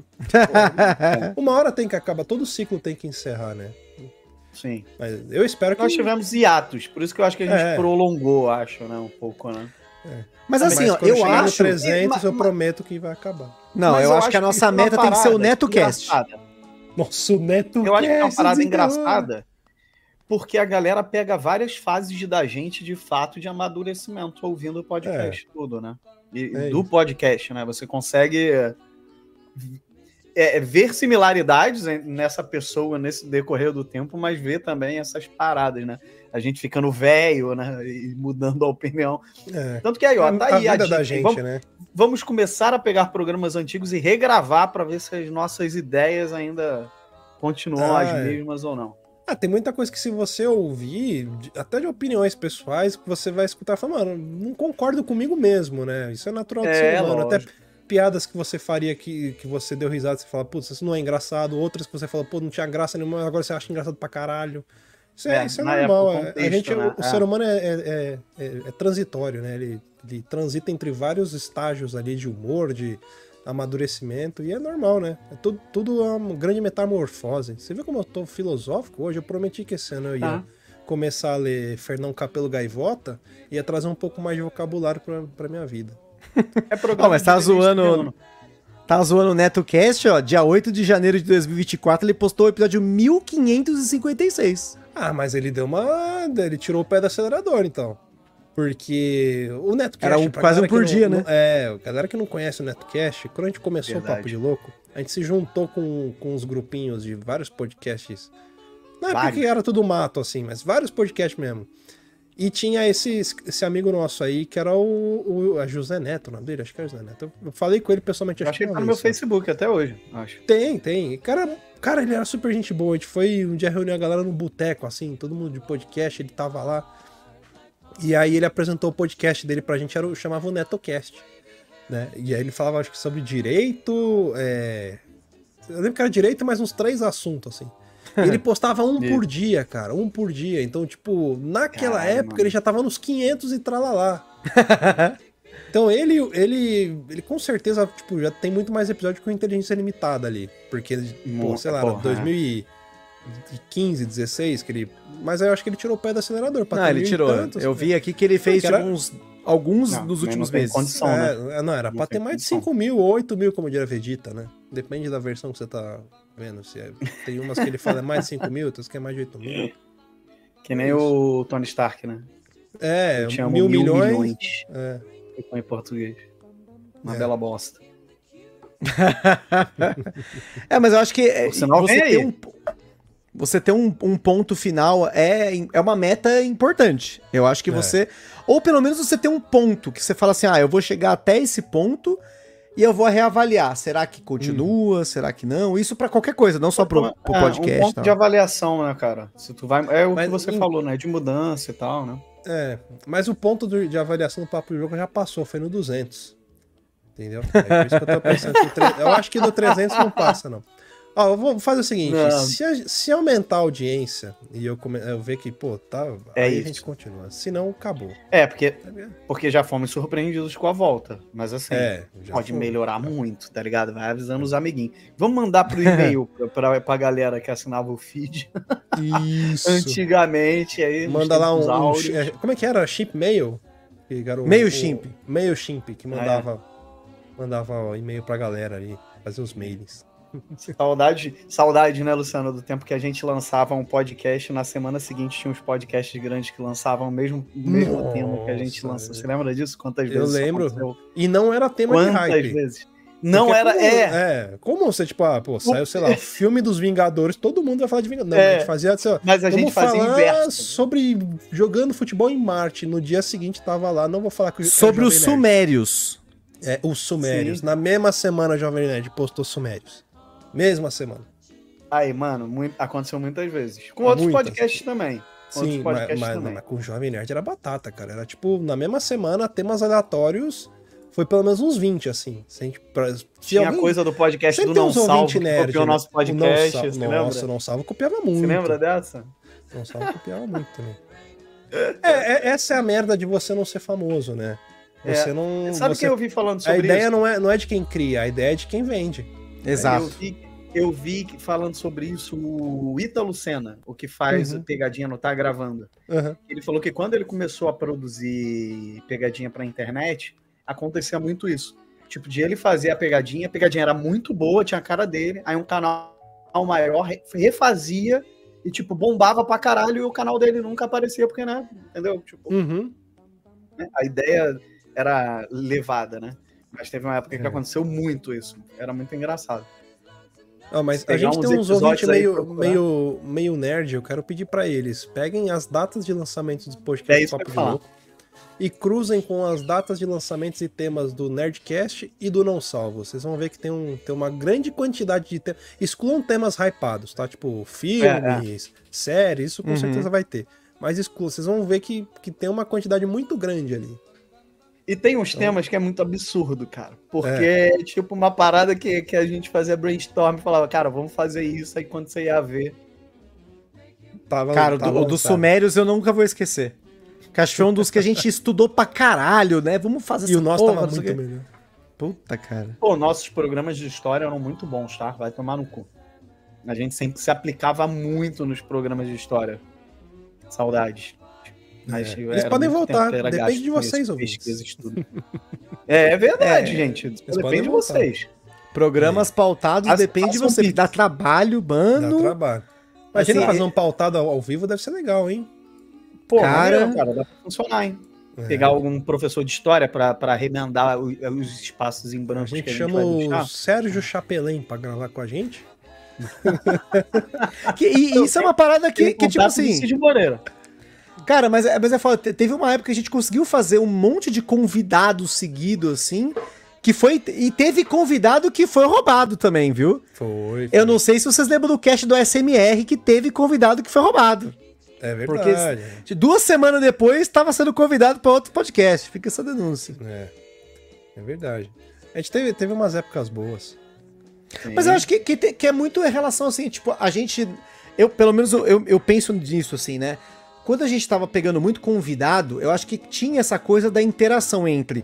Uma hora tem que acabar, todo ciclo tem que encerrar, né? Sim. Mas eu espero que... Nós tivemos hiatos, por isso que eu acho que a gente prolongou, acho, né? Um pouco, né? Mas assim, ó, eu acho... 300, eu prometo que vai acabar. Não, eu acho que a nossa meta tem que ser o NetoCast. Nossa, o NetoCast. Eu acho que é uma parada engraçada, porque a galera pega várias fases da gente, de fato, de amadurecimento, ouvindo o podcast tudo, né? E do podcast, né? Você consegue ver similaridades nessa pessoa, nesse decorrer do tempo, mas ver também essas paradas, né? A gente ficando velho, né? E mudando a opinião. Tanto que aí, ó, tá aí a dica. Da gente, né? Vamos começar a pegar programas antigos e regravar para ver se as nossas ideias ainda continuam as mesmas ou não. Tem muita coisa que se você ouvir, até de opiniões pessoais, que você vai escutar e falar, mano, não concordo comigo mesmo, né? Isso é natural do ser humano. Até piadas que você faria que você deu risada, você fala, putz, isso não é engraçado. Outras que você fala, pô, não tinha graça nenhuma, agora você acha engraçado pra caralho. Isso é normal. Contexto, né? O ser humano é transitório, né? Ele transita entre vários estágios ali de humor, de amadurecimento, e é normal, né? Tudo é uma grande metamorfose. Você viu como eu tô filosófico hoje? Eu prometi que esse ano eu ia começar a ler Fernão Capelo Gaivota e ia trazer um pouco mais de vocabulário pra minha vida. Mas tá zoando o NetoCast, ó. Dia 8 de janeiro de 2024, ele postou o episódio 1556. Mas ele ele tirou o pé do acelerador, então. Porque o NetoCast... Era quase um por dia, né? A galera que não conhece o NetoCast, quando a gente começou o Papo de Louco, a gente se juntou com uns grupinhos de vários podcasts. Não é porque era tudo mato, assim, mas vários podcasts mesmo. E tinha esse amigo nosso aí, que era a José Neto, o nome dele, acho que era José Neto. Eu falei com ele pessoalmente. Acho que ele tá no meu Facebook até hoje, acho. Tem. Cara, ele era super gente boa. A gente foi um dia reunir a galera no boteco, assim, todo mundo de podcast, ele tava lá. E aí ele apresentou o podcast dele pra gente, chamava o NetoCast, né? E aí ele falava, acho que sobre direito, eu lembro que era direito, mas uns 3 assuntos, assim. E ele postava por dia, cara, por dia. Então, tipo, naquela época ele já tava nos 500 e tralalá. Então ele com certeza, tipo, já tem muito mais episódio que o Inteligência Limitada ali. Porque, sei lá, 2015, 16, que ele... Mas eu acho que ele tirou o pé do acelerador. Ele tirou. Eu vi aqui que ele fez alguns nos últimos meses. Condição, né? Não, era pra ter mais de 5 mil ou 8 mil, como diria Vegeta, né? Depende da versão que você tá vendo. Tem umas que ele fala mais de 5 mil, outras que é mais de 8 mil. Que nem o Tony Stark, né? Mil milhões. Em português. Uma bela bosta. Mas eu acho que você ter um ponto final é uma meta importante. Eu acho que você... Ou pelo menos você ter um ponto que você fala assim, eu vou chegar até esse ponto e eu vou reavaliar. Será que continua? Será que não? Isso pra qualquer coisa, não só pro podcast. Um ponto de avaliação, né, cara? Se tu vai... que você falou, né? De mudança e tal, né? Mas o ponto de avaliação do Papo de Jogo já passou, foi no 200. Entendeu? É por isso que eu tô pensando que eu acho que no 300 não passa, não. Eu vou fazer o seguinte, se aumentar a audiência e eu ver que, aí a gente continua. Se não, acabou. Porque já fomos surpreendidos com a volta. Mas assim, pode melhorar muito, tá ligado? Vai avisando os amiguinhos. Vamos mandar pro e-mail pra galera que assinava o feed. Isso. Antigamente, aí... Manda lá como é que era? Chip Mail? MailChimp, que mandava e-mail pra galera ali, fazer os mails. Saudade, né, Luciano, do tempo que a gente lançava um podcast, na semana seguinte tinha uns podcasts grandes que lançavam o mesmo tema que a gente lança. Você lembra disso? Quantas vezes? Eu lembro. E não era tema de hype. Quantas vezes? Não era, como você, tipo, saiu, sei lá, filme dos Vingadores, todo mundo vai falar de Vingadores. Não, a gente fazia, sei lá, mas a gente fazia inverso. Sobre jogando futebol em Marte, no dia seguinte tava lá, não vou falar que sobre os Sumérios. Os Sumérios. Sim. Na mesma semana, a Jovem Nerd postou Sumérios. Mesma semana. Aí, mano, aconteceu muitas vezes. Com outros podcasts também. Sim, mas com o Jovem Nerd era batata, cara. Era tipo, na mesma semana, temas aleatórios, foi pelo menos uns 20, assim. Tinha coisa do podcast do Não Salvo, que copiou o nosso podcast. Nossa, Não Salvo copiava muito. Você lembra dessa? Não Salvo copiava muito também. Essa é a merda de você não ser famoso, né? Você não... Sabe quem eu vi falando sobre isso? A ideia não é de quem cria, a ideia é de quem vende. Exato. Eu vi falando sobre isso o Ítalo Senna, o que faz Pegadinha Não Tá Gravando. Ele falou que quando ele começou a produzir Pegadinha pra internet, acontecia muito isso. Tipo, de ele fazer a pegadinha era muito boa, tinha a cara dele, aí um canal maior refazia e, tipo, bombava pra caralho e o canal dele nunca aparecia, porque, né, entendeu? Tipo, a ideia era levada, né? Mas teve uma época que aconteceu muito isso. Era muito engraçado. Mas a gente tem uns ouvintes meio nerd, eu quero pedir pra eles, peguem as datas de lançamento do podcast do Papo de Louco e cruzem com as datas de lançamentos e temas do Nerdcast e do Não Salvo. Vocês vão ver que tem uma grande quantidade de temas. Excluam temas hypados, tá? Tipo, filmes, séries, isso com certeza vai ter. Mas excluam, vocês vão ver que tem uma quantidade muito grande ali. E tem uns temas que é muito absurdo, cara. Porque é tipo uma parada que a gente fazia brainstorm e falava, cara, vamos fazer isso, aí quando você ia ver... O dos Sumérios eu nunca vou esquecer. Que acho que foi um dos que a gente estudou pra caralho, né? Vamos fazer essa. E o nosso tava muito melhor. Puta, cara. Pô, nossos programas de história eram muito bons, tá? Vai tomar no cu. A gente sempre se aplicava muito nos programas de história. Saudades. Mas eles podem voltar, depende de vocês, ouvintes. É verdade, gente. Depende de vocês. Programas pautados depende de você. Dá trabalho, mano. Dá trabalho. Imagina fazer um pautado ao vivo, deve ser legal, hein? Pô, cara, dá pra funcionar, hein? Pegar algum professor de história pra remendar os espaços em branco. A gente chama o Sérgio Chapelin pra gravar com a gente. Isso é uma parada que tipo assim... Cid Moreira. Cara, mas é foda. Teve uma época que a gente conseguiu fazer um monte de convidados seguidos, assim, que foi... E teve convidado que foi roubado também, viu? Foi. Eu não sei se vocês lembram do cast do SMR que teve convidado que foi roubado. É verdade. Porque 2 semanas depois estava sendo convidado para outro podcast. Fica essa denúncia. É verdade. A gente teve umas épocas boas. Sim. Mas eu acho que é muito em relação, assim, tipo, a gente... Pelo menos eu penso nisso, assim, né? Quando a gente tava pegando muito convidado, eu acho que tinha essa coisa da interação entre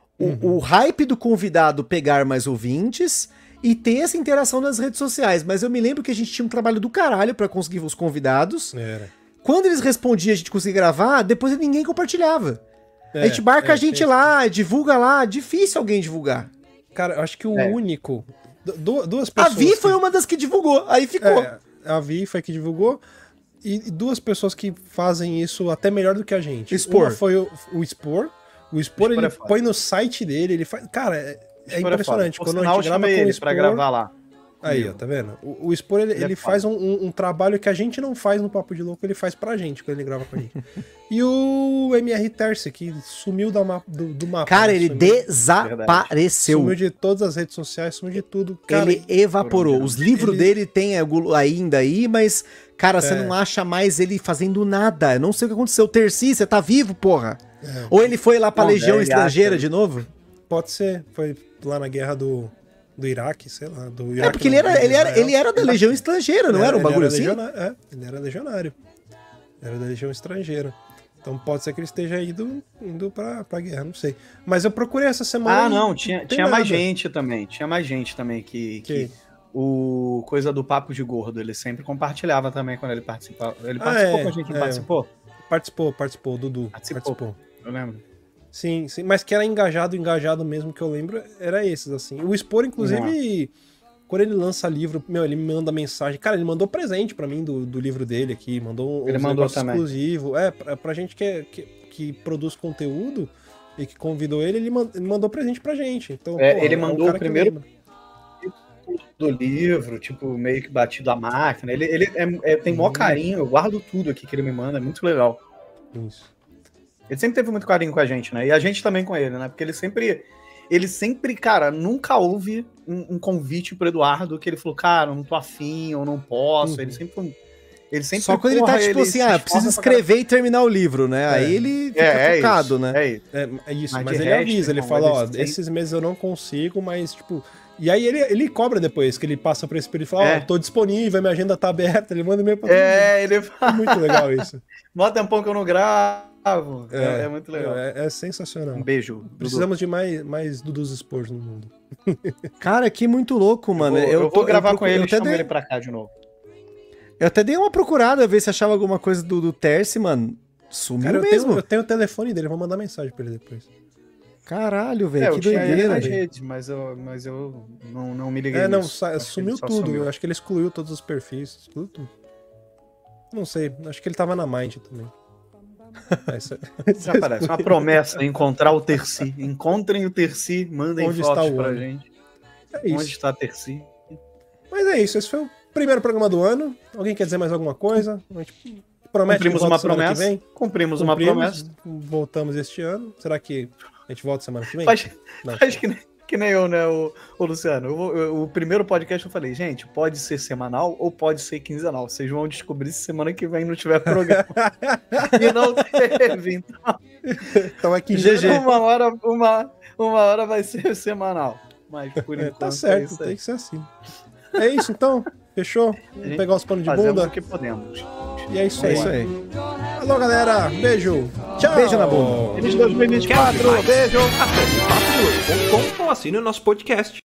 o hype do convidado pegar mais ouvintes e ter essa interação nas redes sociais. Mas eu me lembro que a gente tinha um trabalho do caralho pra conseguir os convidados. Quando eles respondiam, a gente conseguia gravar, depois ninguém compartilhava. A gente marca a gente lá, divulga lá. Difícil alguém divulgar. Cara, eu acho que o único... Duas pessoas... A Vi foi uma das que divulgou, aí ficou. A Vi foi que divulgou. E 2 pessoas que fazem isso até melhor do que a gente. Expor. Uma foi o Expor. O Expor, ele põe no site dele, ele faz... Cara, é impressionante. Quando a gente grava com o Expor... pra gravar lá. Aí, ó, tá vendo? O Expor, ele faz um trabalho que a gente não faz no Papo de Louco, ele faz pra gente, quando ele grava com a gente. E o MR Terce, que sumiu do mapa. Cara, ele desapareceu. Sumiu de todas as redes sociais, sumiu de tudo. Cara, ele evaporou. Os livros dele tem ainda aí, mas, cara, você não acha mais ele fazendo nada. Eu não sei o que aconteceu. Terci, você tá vivo, porra? Ou ele foi lá pra Legião Estrangeira de novo? Pode ser. Foi lá na guerra do Iraque, sei lá. Do Iraque, porque ele era da Legião Estrangeira, não era um bagulho assim? Ele era legionário. Era da Legião Estrangeira. Então pode ser que ele esteja indo pra guerra, não sei. Mas eu procurei essa semana. Ah, não, tinha mais gente também. Tinha mais gente também que o coisa do Papo de Gordo, ele sempre compartilhava também quando ele participava. Ele participou com a gente, não participou? Participou, o Dudu. Participou. Eu lembro. Sim, mas que era engajado mesmo, que eu lembro, era esses, assim. O Expor, inclusive, quando ele lança livro, ele me manda mensagem. Cara, ele mandou presente pra mim do livro dele aqui, mandou um negócio exclusivo. Pra gente que produz conteúdo e que convidou ele mandou presente pra gente. Então, ele mandou o primeiro do livro, tipo, meio que batido a máquina. Ele tem maior carinho, eu guardo tudo aqui que ele me manda, é muito legal. Isso. Ele sempre teve muito carinho com a gente, né? E a gente também com ele, né? Porque ele sempre, cara, nunca houve um convite pro Eduardo que ele falou, cara, eu não tô afim, eu não posso. Ele sempre só quando ele tá, tipo assim, preciso escrever e terminar o livro, né? Aí ele fica focado, isso, né? É isso, mas ele avisa, ele fala, esses meses eu não consigo, mas, tipo... E aí ele cobra depois, que ele passa por esse período e fala, tô disponível, minha agenda tá aberta, ele manda e-mail pra todo mundo. Ele fala... É muito legal isso. Mó tempão que eu não gravo. É muito legal. É sensacional. Um beijo. Precisamos de mais Dudus Expor no mundo. Cara, que muito louco, mano. Eu vou gravar com ele e chamo ele pra cá de novo. Eu até dei uma procurada, ver se achava alguma coisa do Terce, mano. Sumiu. Cara, mesmo. Eu tenho o telefone dele, vou mandar mensagem pra ele depois. Caralho, velho, que doideira. Nas redes, mas eu não me liguei nisso. Sumiu tudo. Eu acho que ele excluiu todos os perfis, excluiu tudo. Não sei, acho que ele tava na Mind também. Já parece uma promessa, encontrar o Terci. Encontrem o Terci, mandem fotos pra gente. É isso. Onde está Terci? Mas é isso, esse foi o primeiro programa do ano. Alguém quer dizer mais alguma coisa? A gente promete Cumprimos uma promessa. Cumprimos uma promessa. Voltamos este ano. Será que a gente volta semana que vem? Faz que nem eu, né, o Luciano. O primeiro podcast eu falei, gente, pode ser semanal ou pode ser quinzenal. Vocês vão descobrir se semana que vem não tiver programa. E não teve, então aqui GG. Uma hora vai ser semanal. Mas por enquanto tá certo, tem que ser assim. É isso então? Fechou? Vamos pegar os panos de bunda? Fazemos o que podemos. E é isso aí. Alô, galera. Beijo. Tchau. Beijo na bunda. Feliz 2024. Beijo. Acesse papo ou assine o nosso podcast.